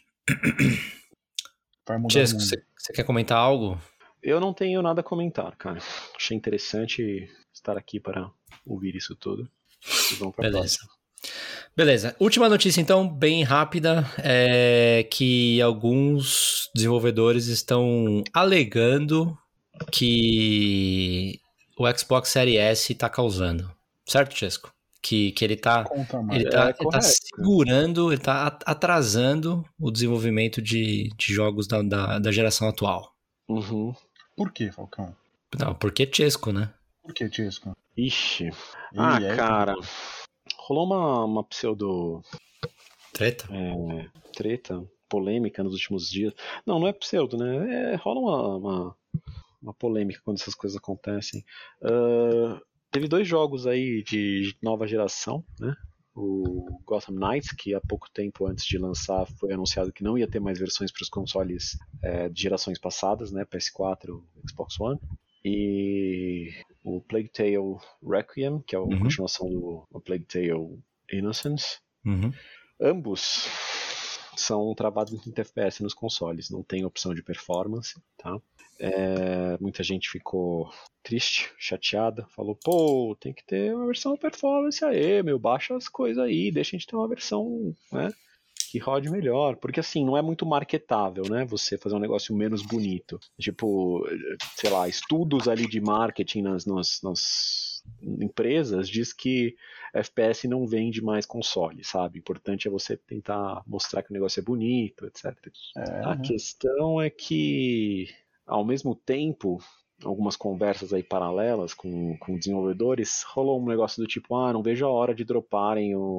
Chesco, você quer comentar algo? Eu não tenho nada a comentar, cara. Achei interessante estar aqui para ouvir isso tudo. E vamos para a próxima. Beleza. Última notícia, então, bem rápida, é que alguns desenvolvedores estão alegando que o Xbox Series S está causando. Certo, Chesco? Que ele tá segurando, ele tá atrasando o desenvolvimento de jogos da geração atual. Uhum. Por que, Falcão? Não, porque Chesco, né? Por que Chesco? Ixi. Cara... Rolou uma pseudo... Treta? Treta, polêmica nos últimos dias. Não é pseudo, né? Rola uma polêmica quando essas coisas acontecem. Teve 2 jogos aí de nova geração, né? O Gotham Knights, que há pouco tempo antes de lançar foi anunciado que não ia ter mais versões para os consoles de gerações passadas, né? PS4, Xbox One. E o Plague Tale Requiem, que é a continuação do Plague Tale Innocence. Ambos são travados em 30 FPS nos consoles, não tem opção de performance, tá? Muita gente ficou triste, chateada, falou, pô, tem que ter uma versão performance aí, baixa as coisas aí, deixa a gente ter uma versão, né, que rode melhor, porque assim, não é muito marketável, né, você fazer um negócio menos bonito, tipo, sei lá, estudos ali de marketing nas empresas diz que FPS não vende mais console, sabe, o importante é você tentar mostrar que o negócio é bonito, etc. A questão é que, ao mesmo tempo, algumas conversas aí paralelas com desenvolvedores, rolou um negócio do tipo, não vejo a hora de droparem o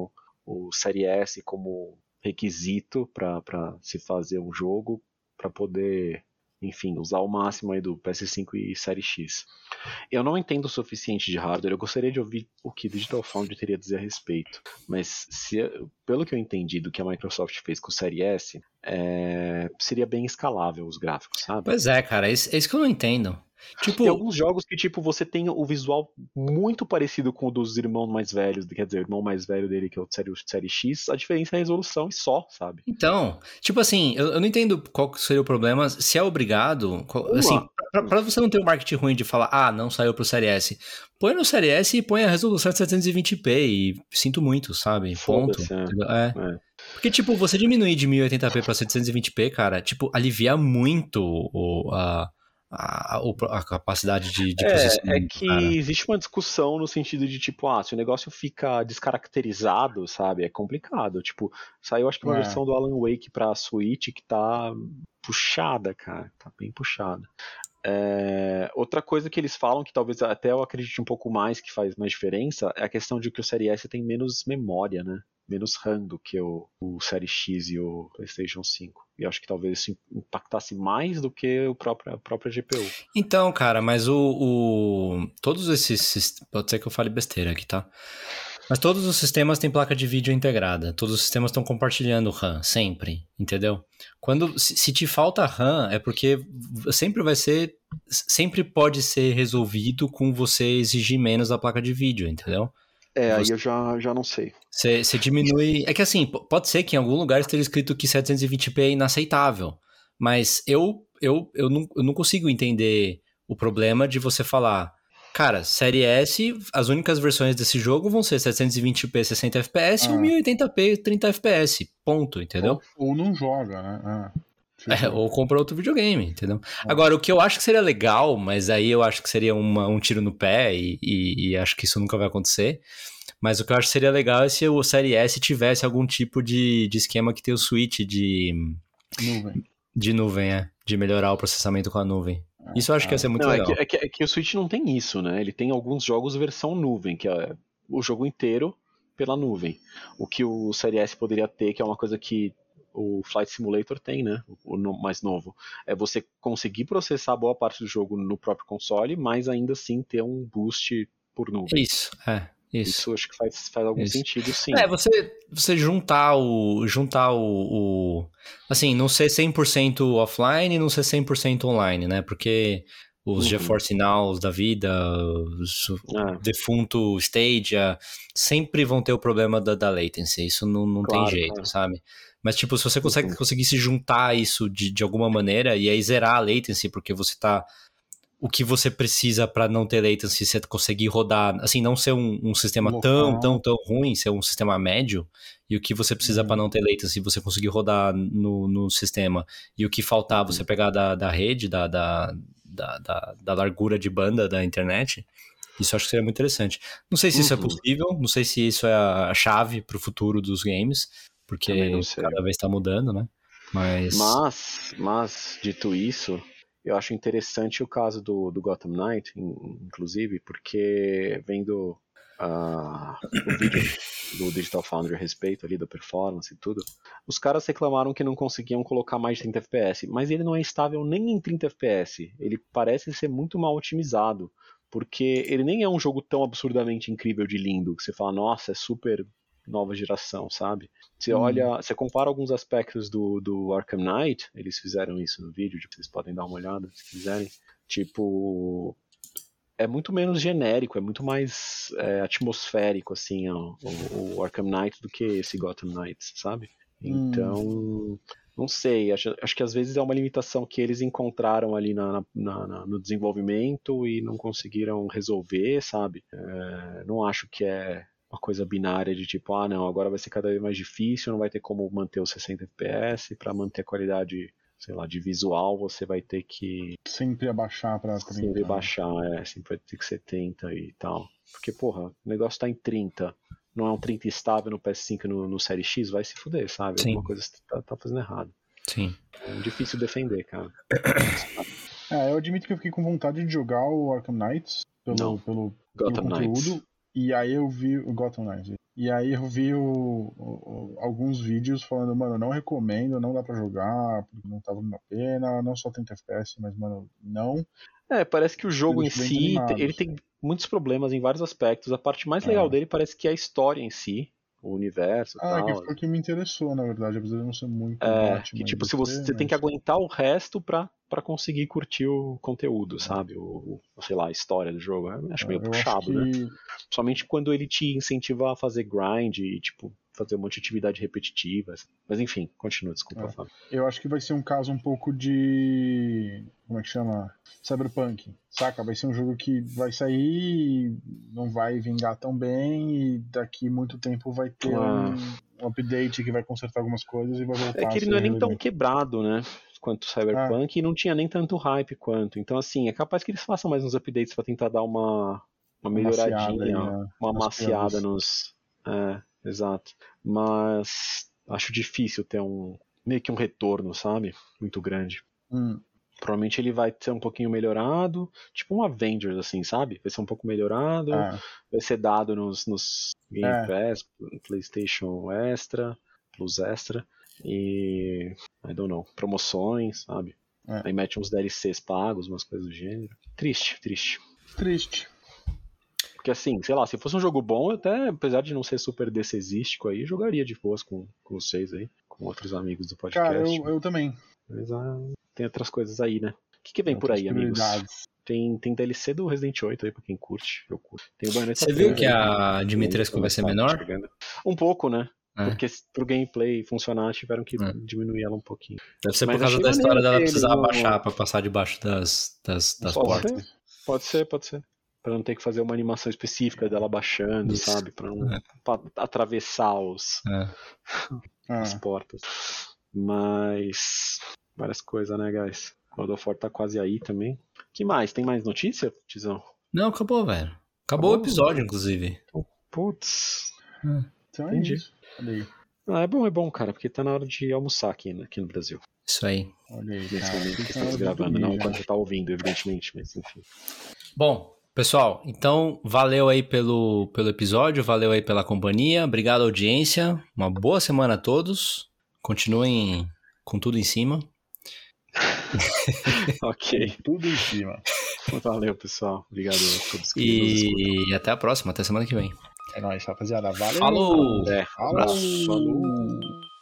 o Série S como requisito para se fazer um jogo, para poder, enfim, usar o máximo aí do PS5 e Série X. Eu não entendo o suficiente de hardware, eu gostaria de ouvir o que Digital Foundry teria a dizer a respeito, mas pelo que eu entendi do que a Microsoft fez com o Série S, seria bem escalável os gráficos, sabe? Pois é, cara, é isso que eu não entendo. Tipo, tem alguns jogos que, tipo, você tem o visual muito parecido com o dos irmãos mais velhos, quer dizer, o irmão mais velho dele, que é o Série X, a diferença é a resolução e só, sabe? Então, tipo assim, eu não entendo qual seria o problema, se é obrigado, assim, pra você não ter um marketing ruim de falar, não saiu pro Série S, põe no Série S e põe a resolução de 720p e sinto muito, sabe? Ponto. Porque, tipo, você diminuir de 1080p pra 720p, cara, tipo, alivia muito a capacidade de processamento. É que existe uma discussão no sentido de, tipo, se o negócio fica descaracterizado, sabe, é complicado. Tipo, saiu acho que uma versão do Alan Wake pra Switch que tá puxada, cara, tá bem puxada. Outra coisa que eles falam, que talvez até eu acredite um pouco mais, que faz mais diferença, é a questão de que o Série S tem menos memória, né? Menos RAM do que o Série X e o PlayStation 5. E acho que talvez isso impactasse mais do que a própria GPU. Então, cara, mas todos esses... Pode ser que eu fale besteira aqui, tá? Mas todos os sistemas têm placa de vídeo integrada. Todos os sistemas estão compartilhando RAM, sempre, entendeu? Se te falta RAM, é porque sempre pode ser resolvido com você exigir menos da placa de vídeo, entendeu? Aí eu já não sei. Você diminui... É que assim, pode ser que em algum lugar esteja escrito que 720p é inaceitável, mas eu não consigo entender o problema de você falar, cara, Série S, as únicas versões desse jogo vão ser 720p 60 fps e 1080p 30 fps, ponto, entendeu? Ou não joga, né? Ou compra outro videogame, entendeu? Agora, o que eu acho que seria legal, mas aí eu acho que seria um tiro no pé e acho que isso nunca vai acontecer, mas o que eu acho que seria legal é se o Série S tivesse algum tipo de esquema que tem o switch de nuvem, de melhorar o processamento com a nuvem. Isso eu acho que ia ser muito legal. É que o Switch não tem isso, né? Ele tem alguns jogos versão nuvem, que é o jogo inteiro pela nuvem. O que o Série S poderia ter, que é uma coisa que o Flight Simulator tem, né? O mais novo. É você conseguir processar boa parte do jogo no próprio console, mas ainda assim ter um boost por nuvem. Isso acho que faz algum sentido, sim. Você juntar assim, não ser 100% offline e não ser 100% online, né? Porque os GeForce Nows da vida, os defunto Stadia, sempre vão ter o problema da latency. Isso não tem jeito, sabe? Mas, tipo, se você conseguir se juntar isso de alguma maneira e aí zerar a latency, porque você tá... O que você precisa para não ter latency, você conseguir rodar, assim, não ser um sistema tão ruim, ser um sistema médio, e o que você precisa para não ter latency, você conseguir rodar no sistema, e o que faltar, você pegar da rede, da largura de banda da internet, isso eu acho que seria muito interessante. Não sei se isso é possível, não sei se isso é a chave para o futuro dos games, porque cada vez está mudando, né? Mas, dito isso, eu acho interessante o caso do Gotham Knight, inclusive, porque vendo o vídeo do Digital Foundry a respeito ali da performance e tudo, os caras reclamaram que não conseguiam colocar mais de 30 FPS, mas ele não é estável nem em 30 FPS, ele parece ser muito mal otimizado, porque ele nem é um jogo tão absurdamente incrível de lindo, que você fala, nossa, é super nova geração, sabe? Você compara alguns aspectos do Arkham Knight, eles fizeram isso no vídeo, vocês podem dar uma olhada se quiserem, tipo, é muito menos genérico, é muito mais atmosférico, assim, o Arkham Knight do que esse Gotham Knights, sabe? Então, não sei, acho que às vezes é uma limitação que eles encontraram ali no desenvolvimento e não conseguiram resolver, sabe? Não acho que é uma coisa binária de tipo, não, agora vai ser cada vez mais difícil, não vai ter como manter os 60 FPS, para manter a qualidade, sei lá, de visual, você vai ter que sempre abaixar para 30. Sempre baixar, sempre vai ter que 70 e tal. Porque, porra, o negócio tá em 30, não é um 30 estável no PS5 no Série X, vai se fuder, sabe? Sim. Alguma coisa tá fazendo errado. Sim. É difícil defender, cara. Eu admito que eu fiquei com vontade de jogar o Arkham Knights pelo Gotham conteúdo. Knights. E aí eu vi o Gotham Knights. E aí eu vi alguns vídeos falando, mano, não recomendo, não dá pra jogar, porque não tá valendo a pena, não só 30 FPS, mas, mano, não. Parece que o jogo em si, ele tem muitos problemas em vários aspectos. A parte mais legal dele parece que é a história em si, o universo e tal. Que foi o que me interessou, na verdade, apesar de não ser muito que tipo, se você tem que aguentar o resto pra conseguir curtir o conteúdo, sabe? Sei lá, a história do jogo. Eu acho meio puxado, né? Somente quando ele te incentiva a fazer grind e, tipo, fazer um monte de atividade repetitiva. Mas enfim, continua, desculpa, Fábio. Eu acho que vai ser um caso um pouco de... Como é que chama? Cyberpunk, saca? Vai ser um jogo que vai sair, não vai vingar tão bem e daqui muito tempo vai ter um update que vai consertar algumas coisas e vai voltar. É que ele não é nem tão quebrado, né? Quanto o Cyberpunk, e não tinha nem tanto hype quanto. Então, assim, é capaz que eles façam mais uns updates pra tentar dar uma melhoradinha, uma amaciada nos... exato. Mas acho difícil ter meio que um retorno, sabe? Muito grande. Provavelmente ele vai ser um pouquinho melhorado, tipo um Avengers, assim, sabe? Vai ser um pouco melhorado, vai ser dado nos Game Pass, PlayStation Extra, Plus Extra, e... I don't know, promoções, sabe? Aí mete uns DLCs pagos, umas coisas do gênero. Triste. Porque assim, sei lá, se fosse um jogo bom, eu até, apesar de não ser super decesístico aí, jogaria de boas com vocês aí, com outros amigos do podcast. Cara, eu também. Mas tem outras coisas aí, né? O que vem por aí, amigos? Tem DLC do Resident 8 aí pra quem curte. Eu curto. Tem o Bayonetta 3. Você viu que a Dimitrescu vai ser menor? Um pouco, né? Porque pro gameplay funcionar, tiveram que diminuir ela um pouquinho. Deve ser por causa da história dela precisar abaixar pra passar debaixo das portas. Pode ser. Pra não ter que fazer uma animação específica dela baixando, sabe? Pra atravessar as portas. Mas... várias coisas, né, guys? God of War tá quase aí também. Que mais? Tem mais notícia, Tizão? Não, acabou, velho. Acabou o episódio, inclusive. Putz. Então entendi. Olha aí. É bom, cara, porque tá na hora de almoçar aqui no Brasil. Isso aí. Olha aí, nesse momento que estamos gravando, não quando você tá ouvindo, evidentemente, mas enfim. Bom, pessoal, então valeu aí pelo episódio, valeu aí pela companhia, obrigado audiência, uma boa semana a todos, continuem com tudo em cima. Ok. Tudo em cima. Valeu, pessoal. Obrigado a todos que E até a próxima, até semana que vem. É nóis, rapaziada. Valeu. Falou! Abraço. Falou.